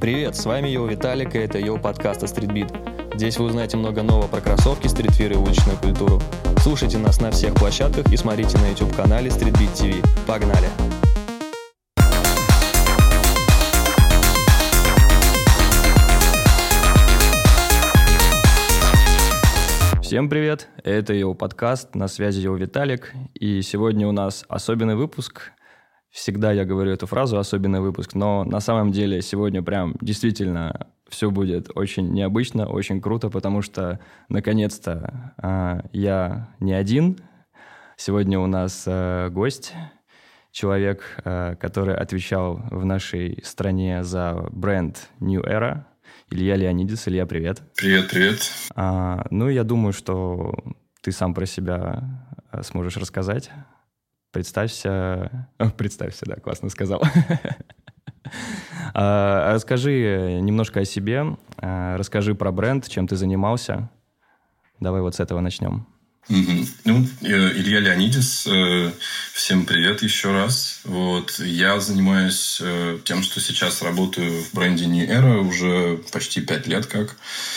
Привет, с вами Йоу Виталик, и это Йоу подкаст о стритбит. Здесь вы узнаете много нового про кроссовки, стритвир и уличную культуру. Слушайте нас на всех площадках и смотрите на YouTube-канале Streetbeat TV. Погнали! Всем привет, это Йоу подкаст, на связи Йоу Виталик, и сегодня у нас особенный выпуск. Всегда я говорю эту фразу «особенный выпуск», но на самом деле сегодня прям действительно все будет очень необычно, очень круто, потому что наконец-то я не один. Сегодня у нас гость, человек, который отвечал в нашей стране за бренд New Era. Илья Леонидис. Илья, привет. Привет. Я думаю, что ты сам про себя сможешь рассказать. Представься, да, классно сказал. Расскажи немножко о себе, расскажи про бренд, чем ты занимался. Давай вот с этого начнем. Илья Леонидис, всем привет еще раз. Я занимаюсь тем, что сейчас работаю в бренде New Era уже почти 5 лет как.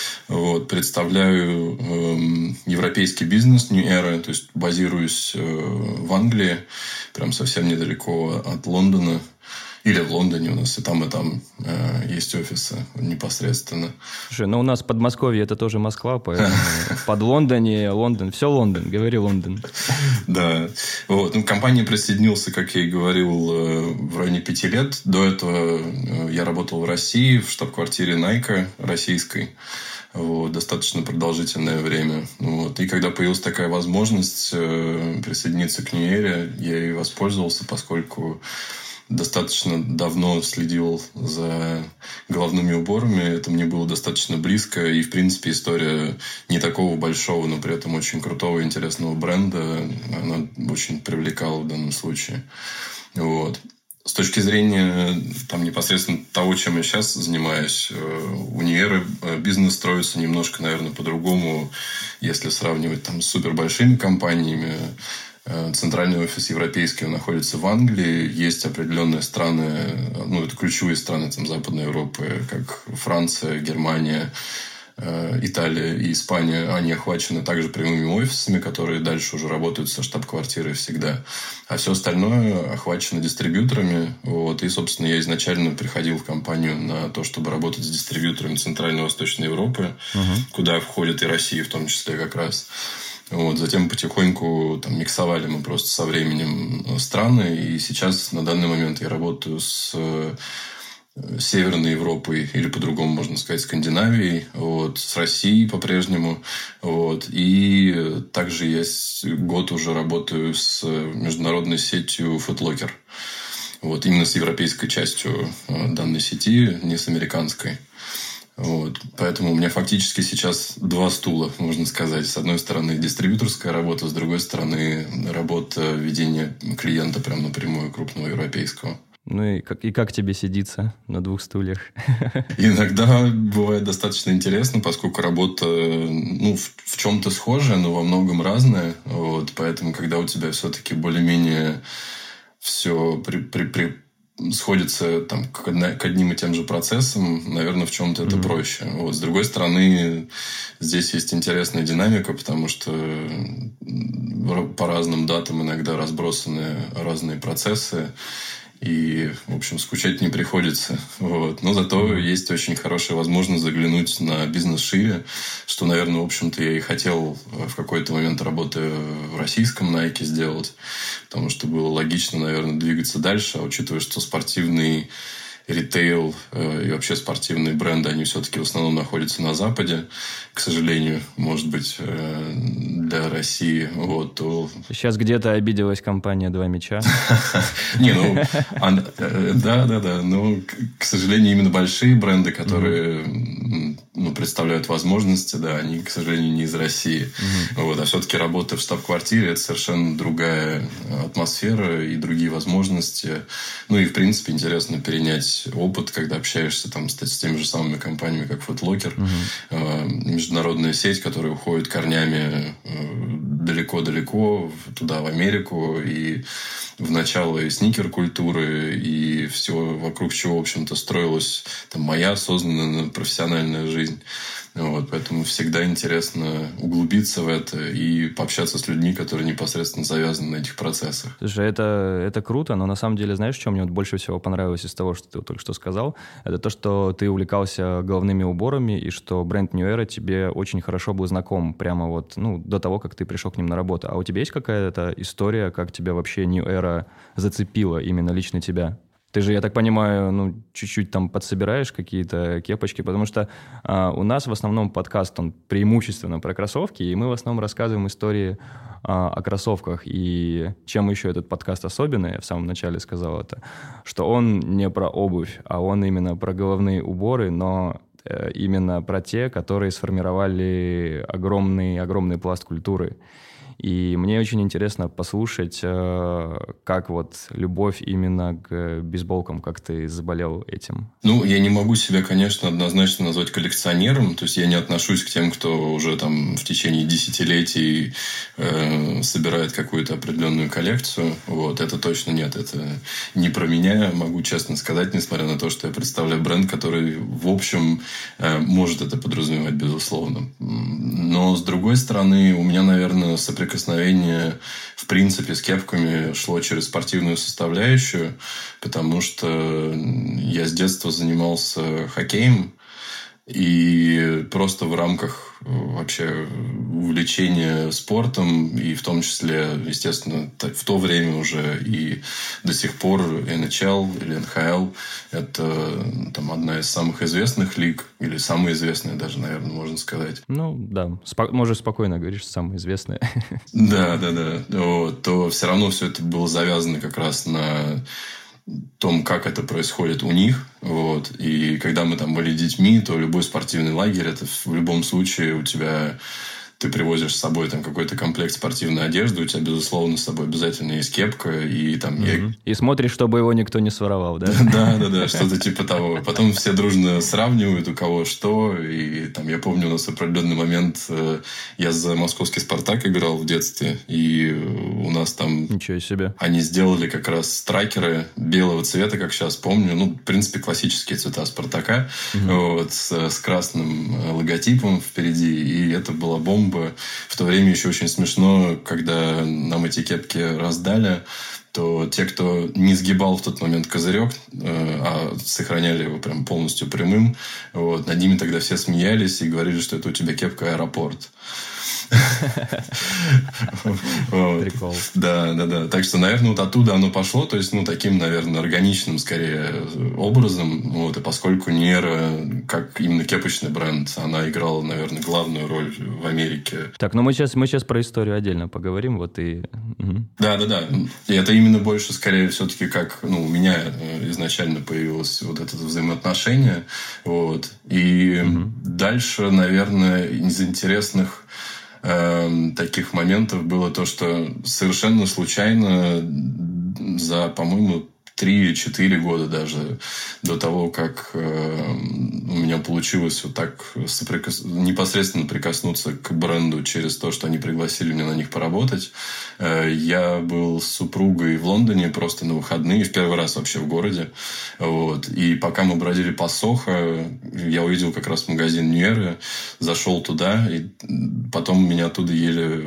Представляю европейский бизнес New Era, то есть базируюсь в Англии, прям совсем недалеко от Лондона. Или в Лондоне у нас и там есть офисы непосредственно. Слушай, у нас Подмосковье это тоже Москва, поэтому под Лондоне, Лондон, все Лондон, говори Лондон. Да. К компании присоединился, как я и говорил, в районе 5 лет. До этого я работал в России, в штаб-квартире Nike российской. Достаточно продолжительное время. И когда появилась такая возможность присоединиться к New Era, я ей воспользовался, поскольку достаточно давно следил за головными уборами. Это мне было достаточно близко. И, в принципе, история не такого большого, но при этом очень крутого и интересного бренда, она очень привлекала в данном случае. С точки зрения непосредственно того, чем я сейчас занимаюсь, у New Era бизнес строится немножко, наверное, по-другому, если сравнивать с супербольшими компаниями. Центральный офис европейский находится в Англии. Есть определенные страны, это ключевые страны Западной Европы, как Франция, Германия, Италия и Испания. Они охвачены также прямыми офисами, которые дальше уже работают со штаб-квартирой всегда. А все остальное охвачено дистрибьюторами. И, собственно, я изначально приходил в компанию на то, чтобы работать с дистрибьюторами Центральной и Восточной Европы, куда входит и Россия в том числе как раз. Затем потихоньку миксовали мы просто со временем страны. И сейчас, на данный момент, я работаю с Северной Европой, или по-другому можно сказать, Скандинавией, с Россией по-прежнему. И также я год уже работаю с международной сетью Foot Locker. Именно с европейской частью данной сети, не с американской. Поэтому у меня фактически сейчас 2 стула, можно сказать. С одной стороны, дистрибьюторская работа, с другой стороны, работа ведения клиента прям напрямую крупного европейского. И как тебе сидится на 2 стульях? Иногда бывает достаточно интересно, поскольку работа в чем-то схожая, но во многом разная. Поэтому, когда у тебя все-таки более-менее все сходится к одним и тем же процессам, наверное, в чем-то это проще. С другой стороны, здесь есть интересная динамика, потому что по разным датам иногда разбросаны разные процессы. И, в общем, скучать не приходится. Но зато есть очень хорошая возможность заглянуть на бизнес шире, что, наверное, в общем-то, я и хотел в какой-то момент, работая в российском Nike, сделать. Потому что было логично, наверное, двигаться дальше. А учитывая, что спортивный ритейл и вообще спортивные бренды, они все-таки в основном находятся на Западе, к сожалению, может быть, для России. Сейчас где-то обиделась компания «Два мяча». Да. Но, к сожалению, именно большие бренды, которые представляют возможности, да, они, к сожалению, не из России. А все-таки работа в штаб-квартире – это совершенно другая атмосфера и другие возможности. И, в принципе, интересно перенять опыт, когда общаешься с теми же самыми компаниями, как Foot Locker. Международная сеть, которая уходит корнями далеко-далеко, туда, в Америку, и в начало и сникер-культуры, и всего, вокруг чего, в общем-то, строилась там моя осознанная профессиональная жизнь. Вот, поэтому всегда интересно углубиться в это и пообщаться с людьми, которые непосредственно завязаны на этих процессах. Слушай, это круто, но на самом деле, знаешь, что мне вот больше всего понравилось из того, что ты только что сказал? Это то, что ты увлекался головными уборами, и что бренд New Era тебе очень хорошо был знаком прямо вот, до того, как ты пришел к ним на работу. А у тебя есть какая-то история, как тебя вообще New Era зацепила, именно лично тебя? Ты же, я так понимаю, чуть-чуть там подсобираешь какие-то кепочки, потому что у нас в основном подкаст, он преимущественно про кроссовки, и мы в основном рассказываем истории о кроссовках. И чем еще этот подкаст особенный, я в самом начале сказал это, что он не про обувь, а он именно про головные уборы, но именно про те, которые сформировали огромный пласт культуры. И мне очень интересно послушать, как вот любовь именно к бейсболкам, как ты заболел этим. Я не могу себя, конечно, однозначно назвать коллекционером. То есть, я не отношусь к тем, кто уже там в течение десятилетий собирает какую-то определенную коллекцию. Вот, это точно нет. Это не про меня, могу честно сказать, несмотря на то, что я представляю бренд, который, в общем, может это подразумевать, безусловно. Но, с другой стороны, у меня, наверное, соприкосновение, в принципе, с кепками шло через спортивную составляющую, потому что я с детства занимался хоккеем, и просто в рамках вообще увлечения спортом, и в том числе, естественно, в то время уже и до сих пор NHL или НХЛ – это там одна из самых известных лиг, или самая известная даже, наверное, можно сказать. Да, можешь спокойно говорить, что самая известная. Да. То все равно все это было завязано как раз на том, как это происходит у них. Вот. И когда мы там были детьми, то любой спортивный лагерь, это в любом случае у тебя... Ты привозишь с собой там какой-то комплект спортивной одежды, у тебя, безусловно, с собой обязательно есть кепка. И, там, и смотришь, чтобы его никто не своровал, да? Да, что-то типа того. Потом все дружно сравнивают, у кого что. И там, я помню, у нас в определенный момент я за московский «Спартак» играл в детстве. И у нас там... Ничего себе. Они сделали как раз страйкеры белого цвета, как сейчас помню. В принципе, классические цвета «Спартака». Вот, с красным логотипом впереди. И это была бомба. В то время еще очень смешно, когда нам эти кепки раздали, то те, кто не сгибал в тот момент козырек, а сохраняли его прям полностью прямым, вот, над ними тогда все смеялись и говорили, что это у тебя кепка «Аэропорт». Прикол. Да. Так что, наверное, вот оттуда оно пошло. То есть, таким, наверное, органичным, скорее, образом. Вот. И поскольку Нера, как именно кепочный бренд, она играла, наверное, главную роль в Америке. Так, мы сейчас про историю отдельно поговорим. Вот и... Да. И это именно больше, скорее, все-таки как... у меня изначально появилось вот это взаимоотношение. Вот. И дальше, наверное, из интересных таких моментов было то, что совершенно случайно за, по-моему, 3-4 года даже до того, как у меня получилось вот так непосредственно прикоснуться к бренду через то, что они пригласили меня на них поработать. Я был с супругой в Лондоне просто на выходные, в первый раз вообще в городе. Вот. И пока мы бродили по Сохо, я увидел как раз магазин New Era, зашел туда, и потом меня оттуда еле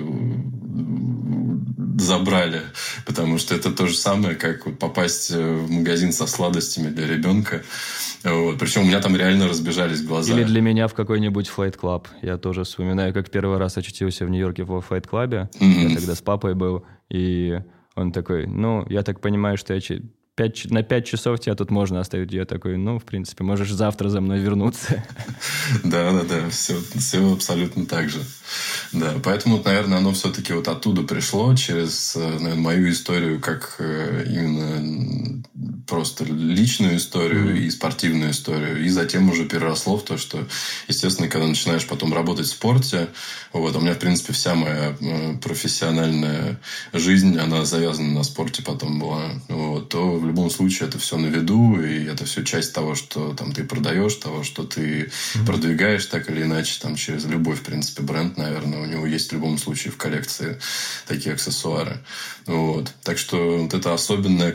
забрали, потому что это то же самое, как попасть в магазин со сладостями для ребенка. Вот. Причем у меня там реально разбежались глаза. Или для меня в какой-нибудь Fight Club. Я тоже вспоминаю, как первый раз очутился в Нью-Йорке в Fight Club. Я тогда с папой был, и он такой, я так понимаю, что на 5 часов тебя тут можно оставить. Я такой, в принципе, можешь завтра за мной вернуться. Да, все абсолютно так же. Да, поэтому, наверное, оно все-таки вот оттуда пришло, через, наверное, мою историю, как именно просто личную историю и спортивную историю. И затем уже переросло в то, что, естественно, когда начинаешь потом работать в спорте, вот, у меня, в принципе, вся моя профессиональная жизнь, она завязана на спорте потом была, вот, то в любом случае это все на виду, и это все часть того, что там ты продаешь, того, что ты продвигаешь так или иначе, там, через любой, в принципе, бренд, наверное, у него есть в любом случае в коллекции такие аксессуары. Вот. Так что вот эта особенная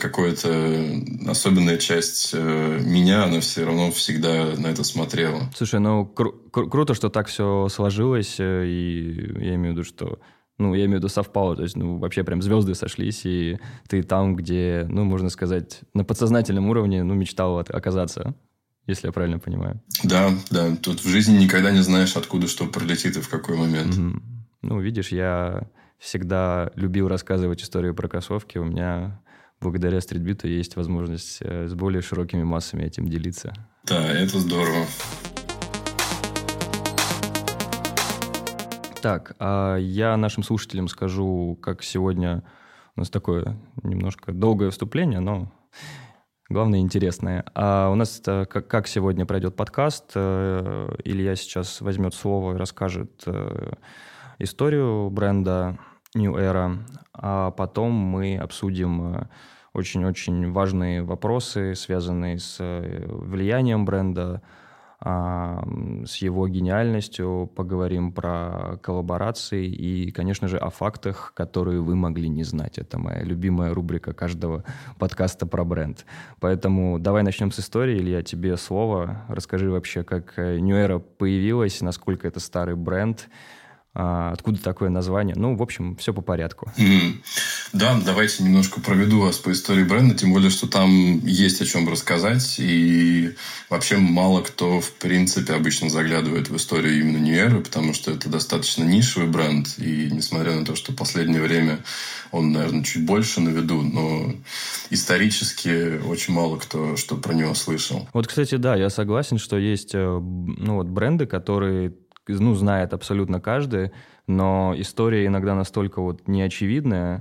часть меня, она все равно всегда на это смотрела. Слушай, ну круто, что так все сложилось, и я имею в виду, что совпало, то есть, вообще прям звезды сошлись, и ты там, где, можно сказать, на подсознательном уровне, мечтал оказаться, если я правильно понимаю. Да, тут в жизни никогда не знаешь, откуда что прилетит и в какой момент. Видишь, я всегда любил рассказывать историю про кроссовки, у меня благодаря стритбиту есть возможность с более широкими массами этим делиться. Да, это здорово. Так, а я нашим слушателям скажу, как сегодня у нас такое немножко долгое вступление, но главное интересное. А у нас как сегодня пройдет подкаст. Илья сейчас возьмет слово и расскажет историю бренда New Era, а потом мы обсудим очень-очень важные вопросы, связанные с влиянием бренда, с его гениальностью, поговорим про коллаборации и, конечно же, о фактах, которые вы могли не знать. Это моя любимая рубрика каждого подкаста про бренд. Поэтому давай начнем с истории. Илья, тебе слово. Расскажи вообще, как New Era появилась, насколько это старый бренд, откуда такое название. В общем, все по порядку. Да, давайте немножко проведу вас по истории бренда, тем более, что там есть о чем рассказать, и вообще мало кто, в принципе, обычно заглядывает в историю именно New Era, потому что это достаточно нишевый бренд, и несмотря на то, что в последнее время он, наверное, чуть больше на виду, но исторически очень мало кто что про него слышал. Вот, кстати, да, я согласен, что есть бренды, которые знает абсолютно каждый, но история иногда настолько неочевидная,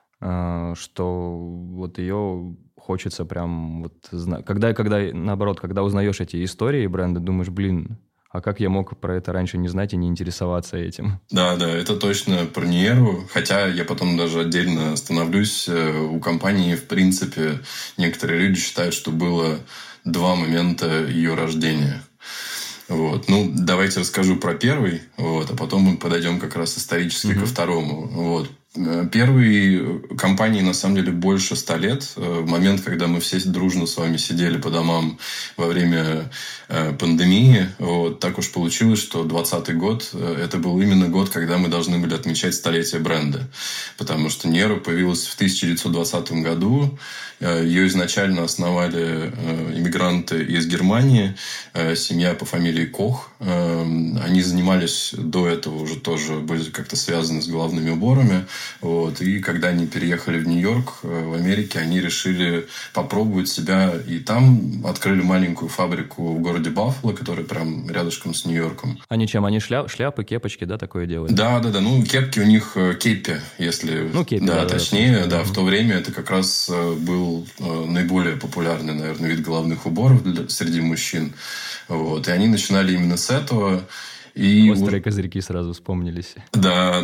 что ее хочется прям знать. Когда наоборот, когда узнаешь эти истории бренда, думаешь, а как я мог про это раньше не знать и не интересоваться этим? Да, это точно про New Era. Хотя я потом даже отдельно остановлюсь. У компании, в принципе, некоторые люди считают, что было 2 момента ее рождения. Вот. Давайте расскажу про первый, а потом мы подойдем как раз исторически ко второму. Вот. Первой компании, на самом деле, больше 100 лет. В момент, когда мы все дружно с вами сидели по домам во время пандемии, так уж получилось, что 2020 год – это был именно год, когда мы должны были отмечать столетие бренда. Потому что New Era появилась в 1920 году. Ее изначально основали иммигранты из Германии, семья по фамилии Кох. Они занимались до этого уже тоже, были как-то связаны с головными уборами. И когда они переехали в Нью-Йорк, в Америке, они решили попробовать себя. И там открыли маленькую фабрику в городе Баффало, которая прям рядышком с Нью-Йорком. Они чем? Они шляпы, кепочки, да, такое делают? Да. Кепки у них кепи, если... кепи, точнее, в то время это как раз был наиболее популярный, наверное, вид головных уборов среди мужчин. И они начинали именно с этого. И острые козырьки сразу вспомнились. Да,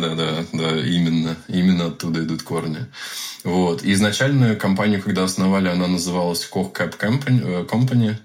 именно оттуда идут корни. И изначально компанию, когда основали, она называлась Koch Cap Company,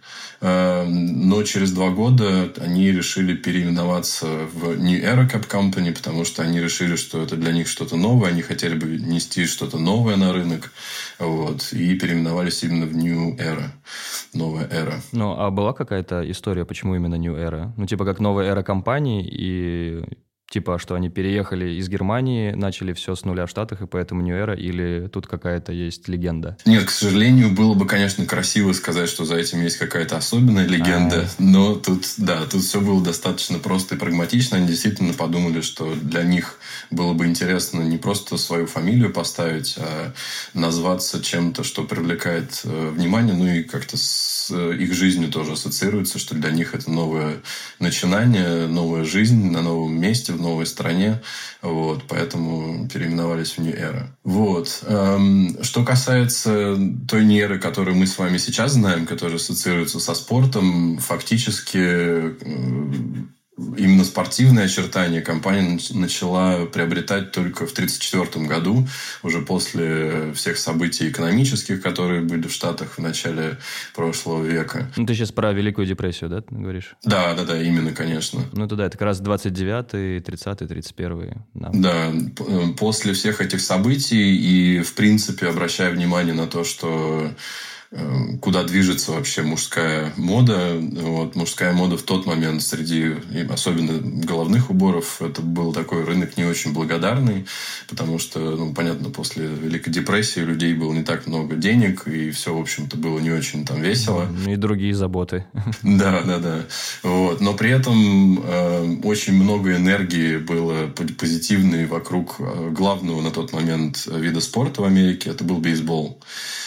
но через 2 года они решили переименоваться в New Era Cap Company, потому что они решили, что это для них что-то новое, они хотели бы нести что-то новое на рынок, и переименовались именно в New Era, новая эра. А была какая-то история, почему именно New Era? Как новая эра компании, и что они переехали из Германии, начали все с нуля в Штатах, и поэтому New Era, или тут какая-то есть легенда? Нет, к сожалению, было бы, конечно, красиво сказать, что за этим есть какая-то особенная легенда, но тут все было достаточно просто и прагматично. Они действительно подумали, что для них было бы интересно не просто свою фамилию поставить, а назваться чем-то, что привлекает внимание, и как-то с их жизнью тоже ассоциируется, что для них это новое начинание, новая жизнь на новом месте, в в новой стране. Вот, поэтому переименовались в New Era. Вот. Что касается той New Era, которую мы с вами сейчас знаем, которая ассоциируется со спортом, фактически именно спортивные очертания компания начала приобретать только в 1934 году, уже после всех событий экономических, которые были в Штатах в начале прошлого века. Ну, ты сейчас про Великую депрессию, да, ты говоришь? Да, именно, конечно. Ну, это да, это как раз 29-й, 30-й, 31-й. Да, после всех этих событий и, в принципе, обращая внимание на то, что куда движется вообще мужская мода. Вот, мужская мода в тот момент среди, особенно головных уборов, это был такой рынок не очень благодарный, потому что, понятно, после Великой депрессии у людей было не так много денег, и все, в общем-то, было не очень там весело. И другие заботы. Да. Вот. Но при этом очень много энергии было позитивной вокруг главного на тот момент вида спорта в Америке. Это был бейсбол.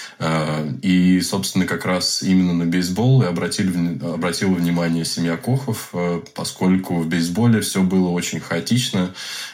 И, собственно, как раз именно на бейсбол и обратила внимание семья Кохов, поскольку в бейсболе все было очень хаотично.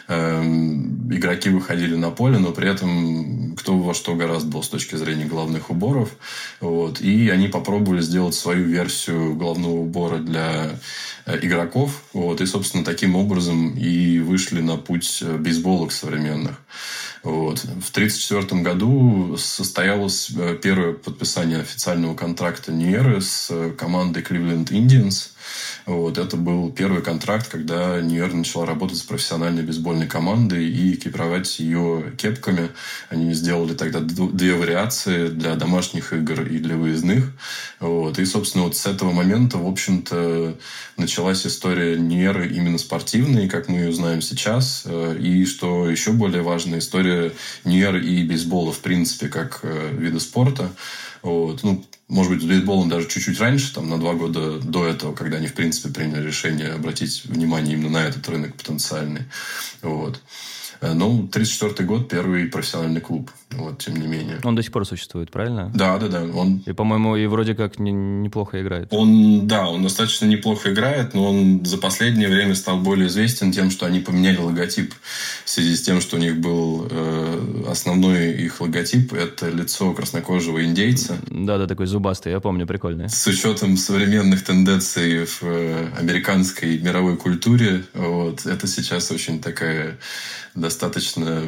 Игроки выходили на поле, но при этом кто во что гораздо был с точки зрения головных уборов. Вот. И они попробовали сделать свою версию головного убора для игроков. Вот. И, собственно, таким образом и вышли на путь бейсболок современных. Вот. В 1934 году состоялось первое подписание официального контракта New Era с командой Cleveland Indians. Вот. Это был первый контракт, когда New Era начала работать с профессиональной бейсбольной командой и экипировать ее кепками. Они сделали тогда две вариации для домашних игр и для выездных. Вот. И, собственно, вот с этого момента, в общем-то, началась история New Era именно спортивной, как мы ее знаем сейчас. И, что еще более важная, история New Era и бейсбола, в принципе, как вида спорта. Вот. Может быть, с бейсболом даже чуть-чуть раньше, там, на 2 года до этого, когда они, в принципе, приняли решение обратить внимание именно на этот рынок потенциальный. Вот. Но 1934 год – первый профессиональный клуб. Вот, тем не менее. Он до сих пор существует, правильно? Да. И, по-моему, и вроде как неплохо играет. Он достаточно неплохо играет, но он за последнее время стал более известен тем, что они поменяли логотип. В связи с тем, что у них был основной их логотип – это лицо краснокожего индейца. Да, такой зубастый, я помню, прикольный. С учетом современных тенденций в американской мировой культуре, вот, это сейчас очень такая достаточно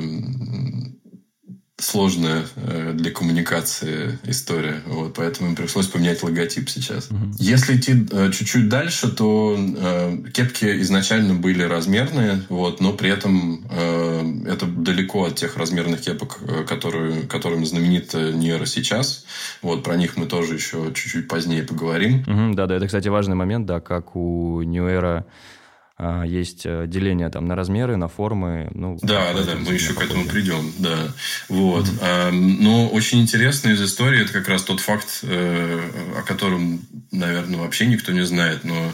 сложная для коммуникации история. Вот, поэтому им пришлось поменять логотип сейчас. Если идти чуть-чуть дальше, то кепки изначально были размерные, вот, но при этом это далеко от тех размерных кепок, которыми знаменита New Era сейчас. Вот, про них мы тоже еще чуть-чуть позднее поговорим. Да, это, кстати, важный момент, да, как у New Era есть деление там на размеры, на формы. Да, мы еще к этому придем, да. Вот. Но очень интересная из истории это как раз тот факт, о котором, наверное, вообще никто не знает, но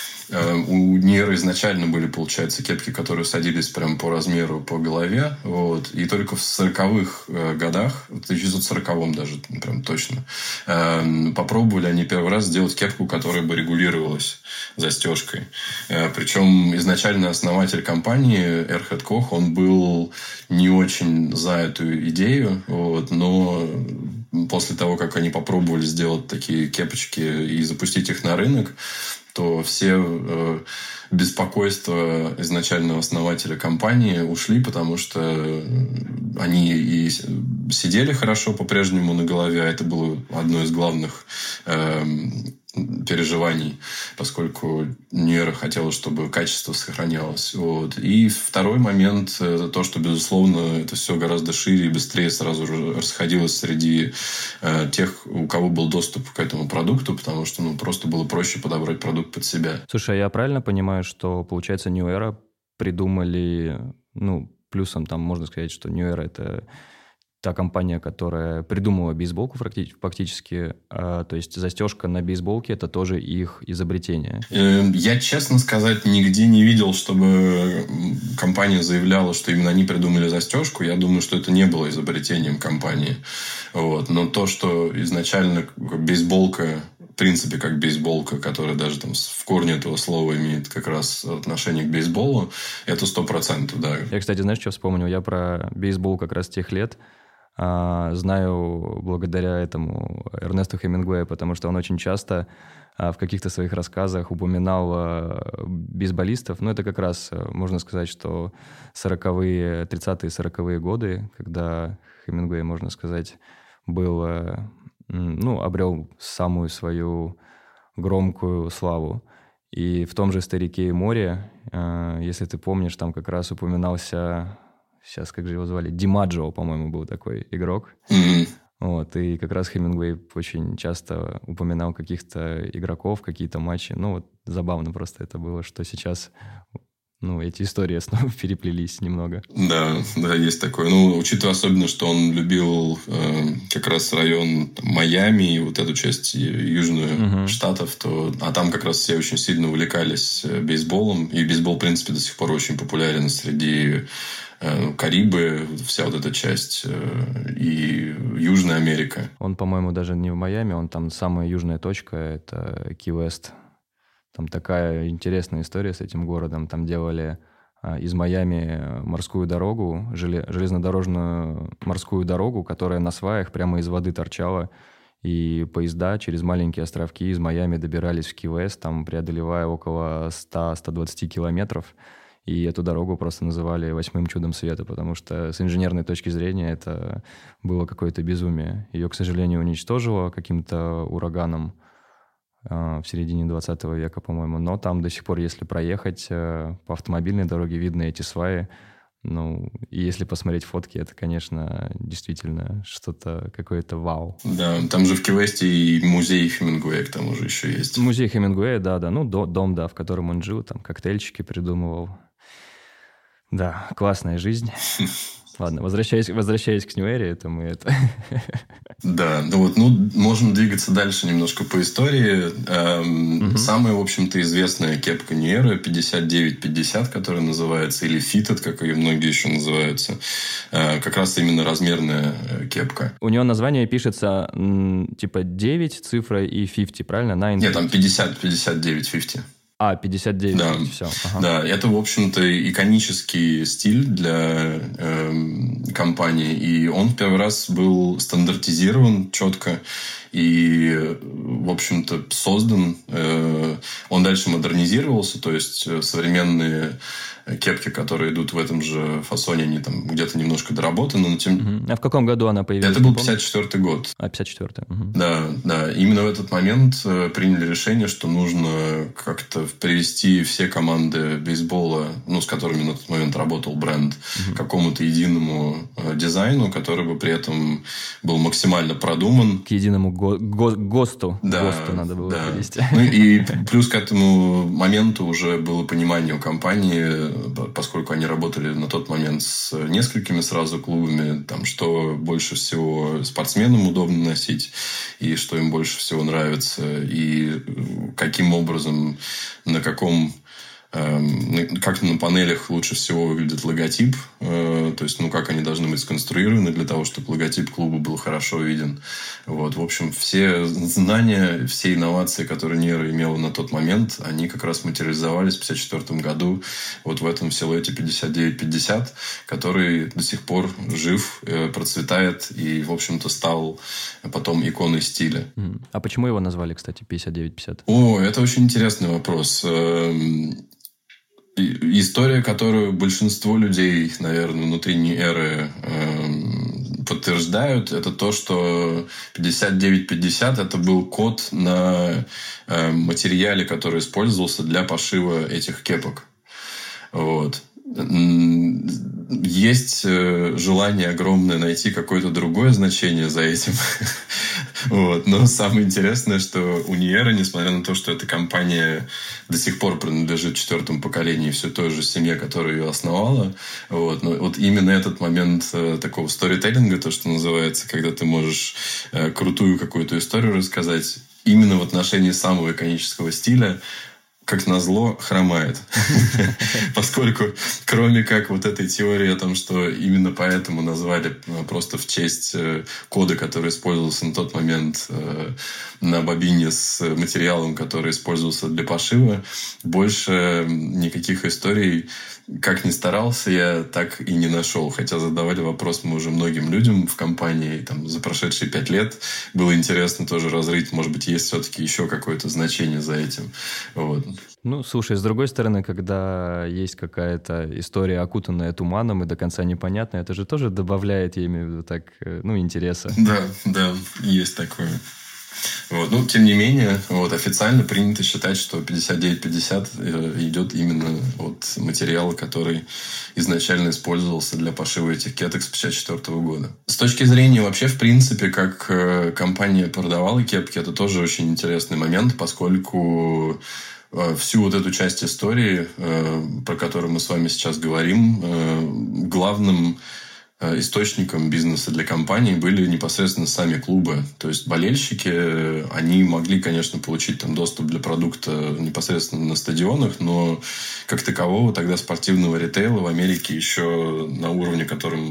у New Era изначально были, получается, кепки, которые садились прям по размеру, по голове. Вот. И только в 40-х годах, в 1940-м даже, прям точно, попробовали они первый раз сделать кепку, которая бы регулировалась застежкой. Причем изначально основатель компании Эрхард Кох, он был не очень за эту идею, вот, но после того, как они попробовали сделать такие кепочки и запустить их на рынок, то все беспокойства изначального основателя компании ушли, потому что они и сидели хорошо по-прежнему на голове, а это было одно из главных переживаний, поскольку New Era хотела, чтобы качество сохранялось. Вот. И второй момент – это то, что, безусловно, это все гораздо шире и быстрее сразу же расходилось среди тех, у кого был доступ к этому продукту, потому что просто было проще подобрать продукт под себя. Слушай, я правильно понимаю, что, получается, New Era придумали, плюсом там можно сказать, что New Era – это та компания, которая придумала бейсболку фактически, то есть застежка на бейсболке – это тоже их изобретение. Я, честно сказать, нигде не видел, чтобы компания заявляла, что именно они придумали застежку. Я думаю, что это не было изобретением компании. Вот. Но то, что изначально бейсболка в принципе, как бейсболка, которая даже там в корне этого слова имеет как раз отношение к бейсболу, это 100%, да. Я, кстати, знаешь, что вспомнил? Я про бейсбол как раз тех лет знаю благодаря этому Эрнесту Хемингуэю, потому что он очень часто в каких-то своих рассказах упоминал бейсболистов. Ну, это как раз, можно сказать, что 30-е, 40-е годы, когда Хемингуэй, можно сказать, был, обрел самую свою громкую славу. И в том же «Старике и море», если ты помнишь, там как раз упоминался... Сейчас, как же его звали? Димаджо, по-моему, был такой игрок. Mm-hmm. Вот, и как раз Хемингуэй очень часто упоминал каких-то игроков, какие-то матчи. Ну, вот забавно просто это было, что сейчас, эти истории снова переплелись немного. Да, есть такое. Учитывая особенно, что он любил как раз район Майами и вот эту часть южную штатов, а там как раз все очень сильно увлекались бейсболом. И бейсбол, в принципе, до сих пор очень популярен среди Карибы, вся вот эта часть, и Южная Америка. Он, по-моему, даже не в Майами, он там самая южная точка, это Ки-Вест. Там такая интересная история с этим городом. Там делали из Майами морскую дорогу, железнодорожную морскую дорогу, которая на сваях прямо из воды торчала. И поезда через маленькие островки из Майами добирались в Ки-Вест, там преодолевая около 100-120 километров. И эту дорогу просто называли «Восьмым чудом света», потому что с инженерной точки зрения это было какое-то безумие. Ее, к сожалению, уничтожило каким-то ураганом в середине 20 века, по-моему. Но там до сих пор, если проехать по автомобильной дороге, видно эти сваи. И если посмотреть фотки, это, конечно, действительно что-то, какое-то вау. Да, там же в Ки-Весте и музей Хемингуэя к тому же еще есть. Музей Хемингуэя, да. Дом, в котором он жил, там коктейльчики придумывал. Да, классная жизнь. Ладно, возвращаясь к Нью-Эре, это мы это... Да, можем двигаться дальше немножко по истории. Самая, в общем-то, известная кепка Нью-Эры 5950, которая называется, или Fitted, как ее многие еще называются, как раз именно размерная кепка. У нее название пишется типа 9 цифра и 50, правильно? 9, Нет, там 50, 59, 50. 59, да. Все. Ага. Да, это, в общем-то, иконический стиль для компании. И он в первый раз был стандартизирован четко и, в общем-то, создан. Он дальше модернизировался, то есть современные кепки, которые идут в этом же фасоне, они там где-то немножко доработаны. Но тем... А в каком году она появилась? Это был 54-й год. 54-й. Да. Именно в этот момент приняли решение, что нужно как-то привести все команды бейсбола, с которыми на тот момент работал бренд, к какому-то единому дизайну, который бы при этом был максимально продуман. К единому ГОСТу. Да, ГОСТу надо было привести. И плюс к этому моменту уже было понимание у компании, поскольку они работали на тот момент с несколькими сразу клубами, там, что больше всего спортсменам удобно носить, и что им больше всего нравится, и каким образом, как на панелях лучше всего выглядит логотип, то есть, как они должны быть сконструированы для того, чтобы логотип клуба был хорошо виден. В общем, все знания, все инновации, которые Нью-Эра имела на тот момент, они как раз материализовались в 1954 году в этом силуэте 5950, который до сих пор жив, процветает и, в общем-то, стал потом иконой стиля. А почему его назвали, кстати, 5950? Это очень интересный вопрос. История, которую большинство людей, наверное, внутри Нью-Эры подтверждают, это то, что 5950 это был код на материале, который использовался для пошива этих кепок. Есть желание огромное найти какое-то другое значение за этим. Но самое интересное, что у Нью-Эры, несмотря на то, что эта компания до сих пор принадлежит 4-му поколению, все той же семье, которая ее основала, но именно этот момент такого сторителлинга, то, что называется, когда ты можешь крутую какую-то историю рассказать, именно в отношении самого иконического стиля, как назло, хромает. Поскольку, кроме как вот этой теории о том, что именно поэтому назвали просто в честь кода, который использовался на тот момент на бобине с материалом, который использовался для пошива, больше никаких историй, как ни старался, я так и не нашел. Хотя задавали вопрос мы уже многим людям в компании там, за прошедшие 5 лет. Было интересно тоже разрыть, может быть, есть все-таки еще какое-то значение за этим. Вот. Ну, слушай, с другой стороны, когда есть какая-то история, окутанная туманом и до конца непонятная, это же тоже добавляет, я имею в виду, так, интереса. Да, есть такое. Вот. Ну, тем не менее, вот, официально принято считать, что 5950 идет именно от материала, который изначально использовался для пошива этих кеток с 1954 года. С точки зрения вообще, в принципе, как компания продавала кепки, это тоже очень интересный момент, поскольку всю вот эту часть истории, про которую мы с вами сейчас говорим, главным источником бизнеса для компании были непосредственно сами клубы. То есть болельщики, они могли, конечно, получить там доступ для продукта непосредственно на стадионах, но как такового тогда спортивного ритейла в Америке еще на уровне,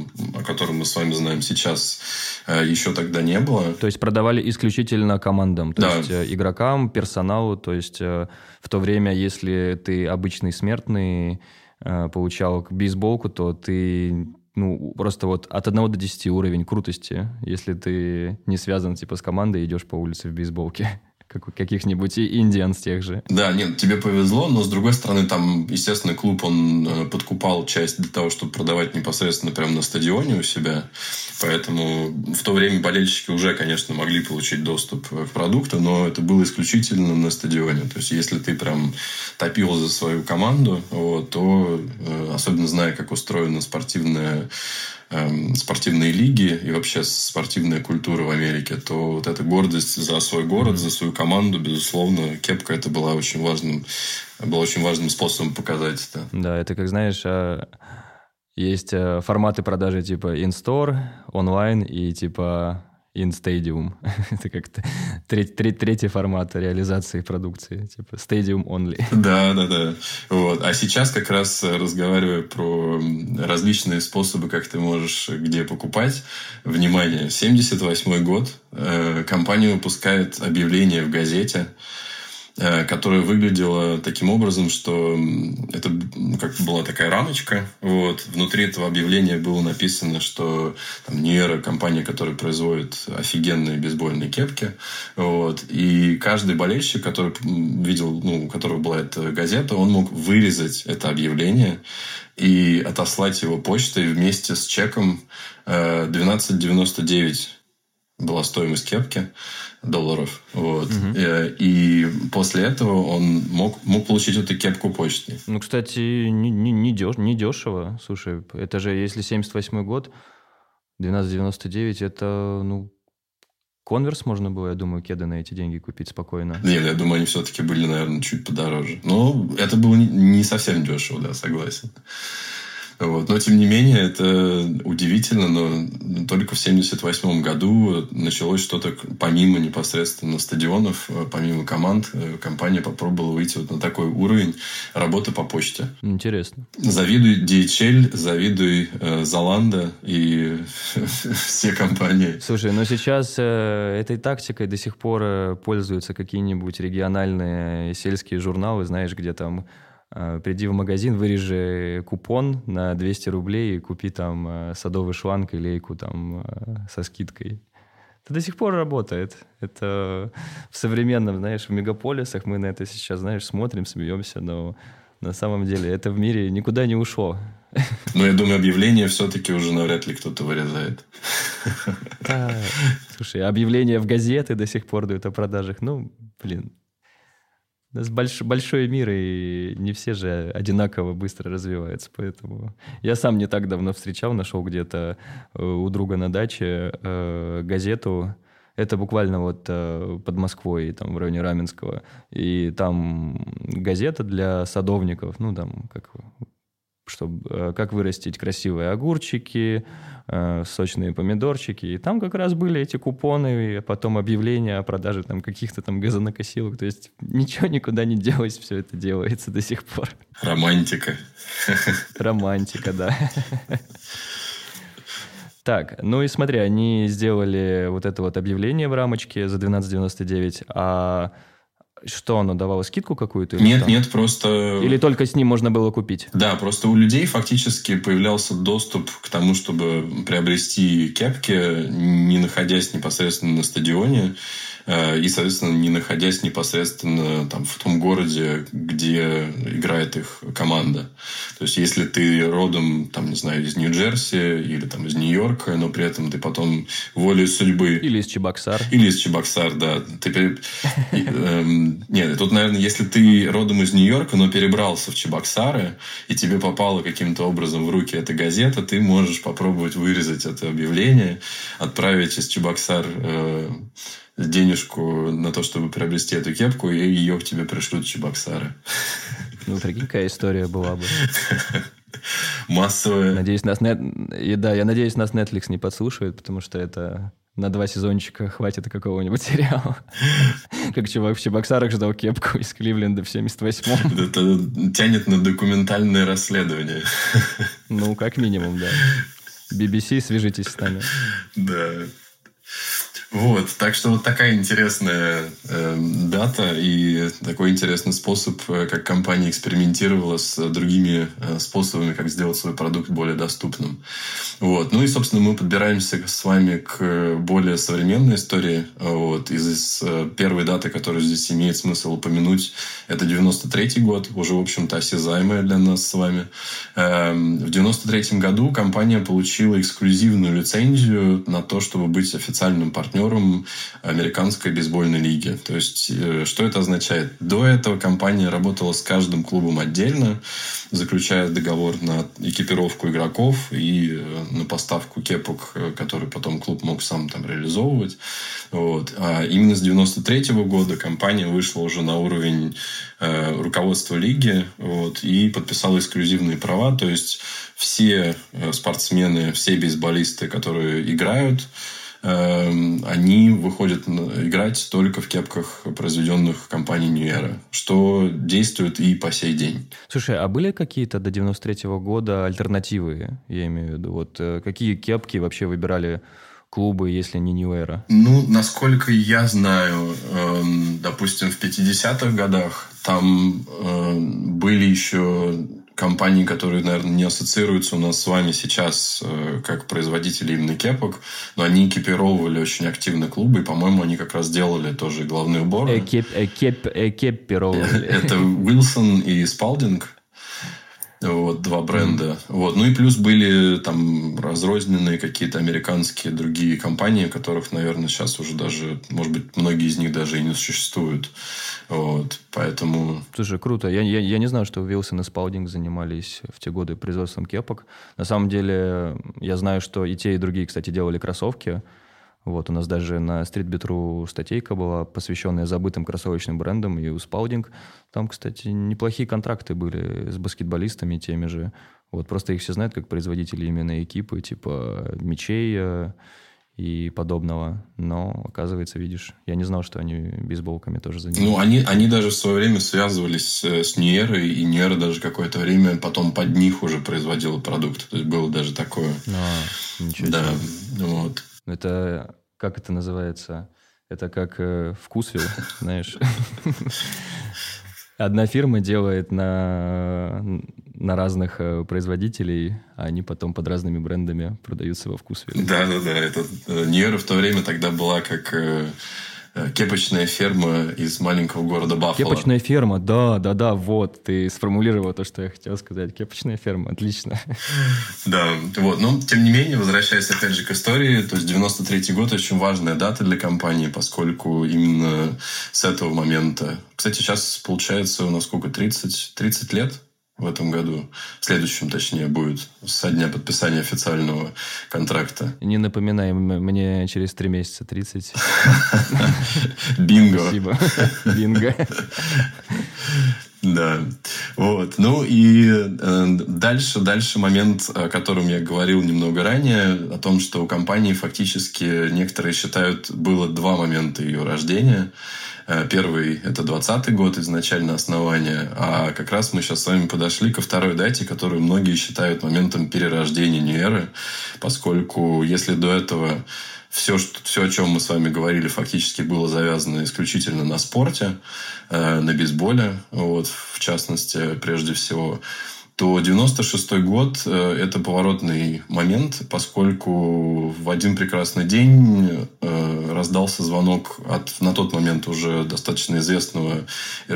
о котором мы с вами знаем сейчас, еще тогда не было. То есть продавали исключительно командам, то есть игрокам, персоналу. То есть в то время, если ты обычный смертный, получал бейсболку, то ты... просто вот от 1 до 10 уровень крутости, если ты не связан типа с командой, идешь по улице в бейсболке. Каких-нибудь индианс тех же. Да, нет, тебе повезло, но с другой стороны, там, естественно, клуб, он подкупал часть для того, чтобы продавать непосредственно прямо на стадионе у себя. Поэтому в то время болельщики уже, конечно, могли получить доступ к продукту, но это было исключительно на стадионе. То есть, если ты прям топил за свою команду, вот, то, особенно зная, как устроена спортивные лиги и вообще спортивная культура в Америке, то вот эта гордость за свой город, за свою команду, безусловно, кепка это была очень важным способом показать это. Да, это как, знаешь, есть форматы продажи типа in-store, онлайн и типа in-stadium. Это как-то третий формат реализации продукции, типа stadium only. Да. Вот. А сейчас как раз разговариваю про различные способы, как ты можешь где покупать. Внимание, 1978 год. Компания выпускает объявление в газете, которая выглядела таким образом, что это как была такая рамочка. Вот. Внутри этого объявления было написано, что там Ньюэра, компания, которая производит офигенные бейсбольные кепки. Вот. И каждый болельщик, который видел, у которого была эта газета, он мог вырезать это объявление и отослать его почтой вместе с чеком $12.99 была стоимость кепки долларов. Вот. И после этого он мог получить эту кепку почтой. Кстати, не дешево. Слушай, это же, если 78 год, 12.99, это, конверс можно было, я думаю, кеды на эти деньги купить спокойно. Нет, я думаю, они все-таки были, наверное, чуть подороже. Но это было не совсем дешево, да, согласен. Вот. Но, тем не менее, это удивительно, но только в 1978 году началось что-то помимо непосредственно стадионов, помимо команд. Компания попробовала выйти вот на такой уровень работы по почте. Интересно. Завидуй DHL, завидуй Zalando и все компании. Слушай, но сейчас этой тактикой до сих пор пользуются какие-нибудь региональные сельские журналы, знаешь, где там приди в магазин, вырежи купон на 200 рублей и купи там садовый шланг и лейку там со скидкой. Это до сих пор работает. Это в современном, знаешь, в мегаполисах мы на это сейчас, знаешь, смотрим, смеемся, но на самом деле это в мире никуда не ушло. Но я думаю, объявление все-таки уже навряд ли кто-то вырезает. Слушай, объявления в газеты до сих пор дают о продажах. У нас большой мир, и не все же одинаково быстро развиваются, поэтому... Я сам не так давно нашел где-то у друга на даче газету. Это буквально вот под Москвой, там в районе Раменского. И там газета для садовников, как как вырастить красивые огурчики, сочные помидорчики. И там как раз были эти купоны, и потом объявления о продаже там каких-то там газонокосилок. То есть ничего никуда не делать, все это делается до сих пор. Романтика. Романтика, да. Так, ну и смотри, они сделали вот это вот объявление в рамочке за $12.99, а что оно давало, скидку какую-то? Нет, просто... Или только с ним можно было купить? Да, просто у людей фактически появлялся доступ к тому, чтобы приобрести кепки, не находясь непосредственно на стадионе и, соответственно, не находясь непосредственно там, в том городе, где играет их команда. То есть, если ты родом, там, не знаю, из Нью-Джерси или там, из Нью-Йорка, но при этом ты потом волей судьбы... Или из Чебоксар. Или из Чебоксар, да. Нет, тут, наверное, если ты родом из Нью-Йорка, но перебрался в Чебоксары, и тебе попала каким-то образом в руки эта газета, ты можешь попробовать вырезать это объявление, отправить из Чебоксар денежку на то, чтобы приобрести эту кепку, и ее к тебе пришлют в Чебоксары. Ну, прикинь, какая история была бы. Массовая. Надеюсь, я надеюсь, нас Netflix не подслушивает, потому что это на 2 сезончика хватит какого-нибудь сериала. Как чувак в Чебоксарах ждал кепку из Кливленда в 78-м. Это тянет на документальное расследование. Ну, как минимум, да. BBC, свяжитесь с нами. Да. Вот, так что вот такая интересная дата и такой интересный способ, как компания экспериментировала с другими способами, как сделать свой продукт более доступным. Вот. Ну и, собственно, мы подбираемся с вами к более современной истории. Вот. Из первой даты, которую здесь имеет смысл упомянуть, это 93-й год, уже, в общем-то, осязаемая для нас с вами. В 93-м году компания получила эксклюзивную лицензию на то, чтобы быть официальным партнером американской бейсбольной лиги. То есть, что это означает? До этого компания работала с каждым клубом отдельно, заключая договор на экипировку игроков и на поставку кепок, которые потом клуб мог сам там реализовывать. Вот. А именно с 93-го года компания вышла уже на уровень руководства лиги, вот, и подписала эксклюзивные права. То есть, все спортсмены, все бейсболисты, которые играют, они выходят играть только в кепках, произведенных компанией New Era, что действует и по сей день. Слушай, а были какие-то до 93-го года альтернативы, я имею в виду? Вот какие кепки вообще выбирали клубы, если не New Era? Ну, насколько я знаю, допустим, в 50-х годах там были еще компании, которые, наверное, не ассоциируются у нас с вами сейчас как производители именно кепок, но они экипировывали очень активно клубы, и, по-моему, они как раз делали тоже головные уборы. Экипировывали. Это Wilson и Spalding. Вот, 2 бренда. Вот. Ну и плюс были там разрозненные какие-то американские другие компании, которых, наверное, сейчас уже даже, может быть, многие из них даже и не существуют. Вот. Поэтому... Слушай, круто. Я не знал, что Wilson и Spalding занимались в те годы производством кепок. На самом деле, я знаю, что и те, и другие, кстати, делали кроссовки. Вот, у нас даже на StreetBeat.ru статейка была, посвященная забытым кроссовочным брендам, и у Spalding там, кстати, неплохие контракты были с баскетболистами теми же. Вот, просто их все знают как производители именно экипы, типа мячей и подобного. Но, оказывается, видишь, я не знал, что они бейсболками тоже занимаются. Ну, они даже в свое время связывались с New Era, и New Era даже какое-то время потом под них уже производила продукт. То есть, было даже такое. Ничего себе. Да, вот. Это, как это называется? Это как вкусвилл, знаешь. Одна фирма делает на разных производителей, а они потом под разными брендами продаются во вкусвилле. Да. Это New Era в то время тогда была как кепочная ферма из маленького города Баффало. Кепочная ферма, да, вот. Ты сформулировал то, что я хотел сказать. Кепочная ферма, отлично. Да, вот. Но, тем не менее, возвращаясь опять же к истории, то есть 93-й год очень важная дата для компании, поскольку именно с этого момента... Кстати, сейчас получается у нас сколько? 30 лет? В этом году. В следующем, точнее, будет со дня подписания официального контракта. Не напоминай, мне через 3 месяца 30. Бинго. Спасибо. Бинго. Да. Вот. Ну и дальше момент, о котором я говорил немного ранее, о том, что у компании фактически некоторые считают, было два момента ее рождения. Первый – это 2020 год, изначально основания, а как раз мы сейчас с вами подошли ко второй дате, которую многие считают моментом перерождения New Era, поскольку если до этого все, о чем мы с вами говорили, фактически было завязано исключительно на спорте, на бейсболе, вот, в частности, прежде всего, то 96-й год – это поворотный момент, поскольку в один прекрасный день раздался звонок от на тот момент уже достаточно известного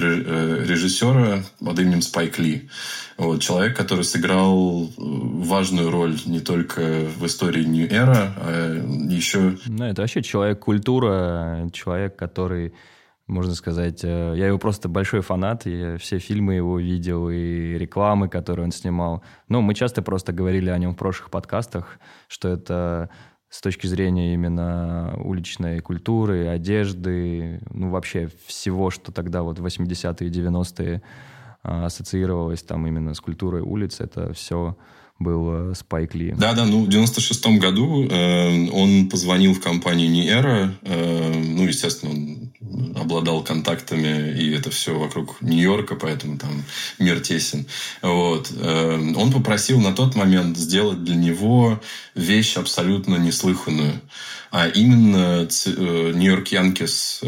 режиссера под именем Спайк Ли. Вот, человек, который сыграл важную роль не только в истории New Era, а еще... Ну, это вообще человек-культура, человек, который... Можно сказать, я его просто большой фанат, я все фильмы его видел и рекламы, которые он снимал. Ну, мы часто просто говорили о нем в прошлых подкастах, что это с точки зрения именно уличной культуры, одежды, ну, вообще всего, что тогда вот в 80-е и 90-е ассоциировалось там именно с культурой улиц, это все был Спайк Ли. Да, ну, в 96-м году он позвонил в компанию New Era, ну, естественно, он обладал контактами, и это все вокруг Нью-Йорка, поэтому там мир тесен. Вот. Он попросил на тот момент сделать для него вещь абсолютно неслыханную. А именно Нью-Йорк Янкис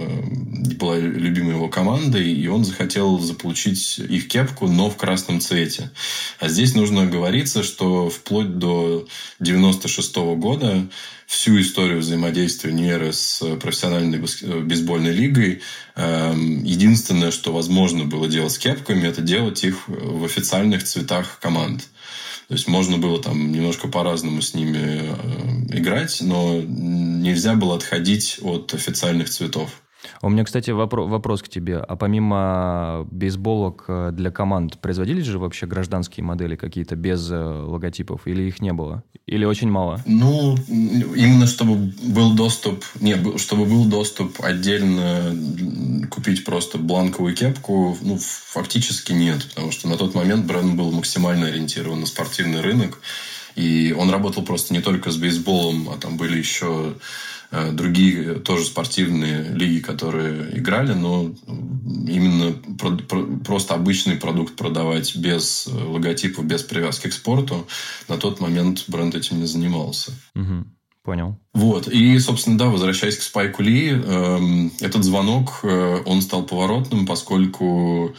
была любимой его командой, и он захотел заполучить их кепку, но в красном цвете. А здесь нужно оговориться, что вплоть до 96-го года всю историю взаимодействия Нью-Эры с профессиональной бейсбольной лигой единственное, что возможно было делать с кепками, это делать их в официальных цветах команд. То есть можно было там немножко по-разному с ними играть, но нельзя было отходить от официальных цветов. У меня, кстати, вопрос к тебе. А помимо бейсболок для команд, производились же вообще гражданские модели какие-то без логотипов? Или их не было? Или очень мало? Ну, именно чтобы был доступ... чтобы был доступ отдельно купить просто бланковую кепку, ну, фактически нет. Потому что на тот момент бренд был максимально ориентирован на спортивный рынок. И он работал просто не только с бейсболом, а там были еще... другие тоже спортивные лиги, которые играли, но именно просто обычный продукт продавать без логотипов, без привязки к спорту, на тот момент бренд этим не занимался. Угу. Понял. Вот. И, собственно, да, возвращаясь к Спайку Ли, этот звонок, он стал поворотным, поскольку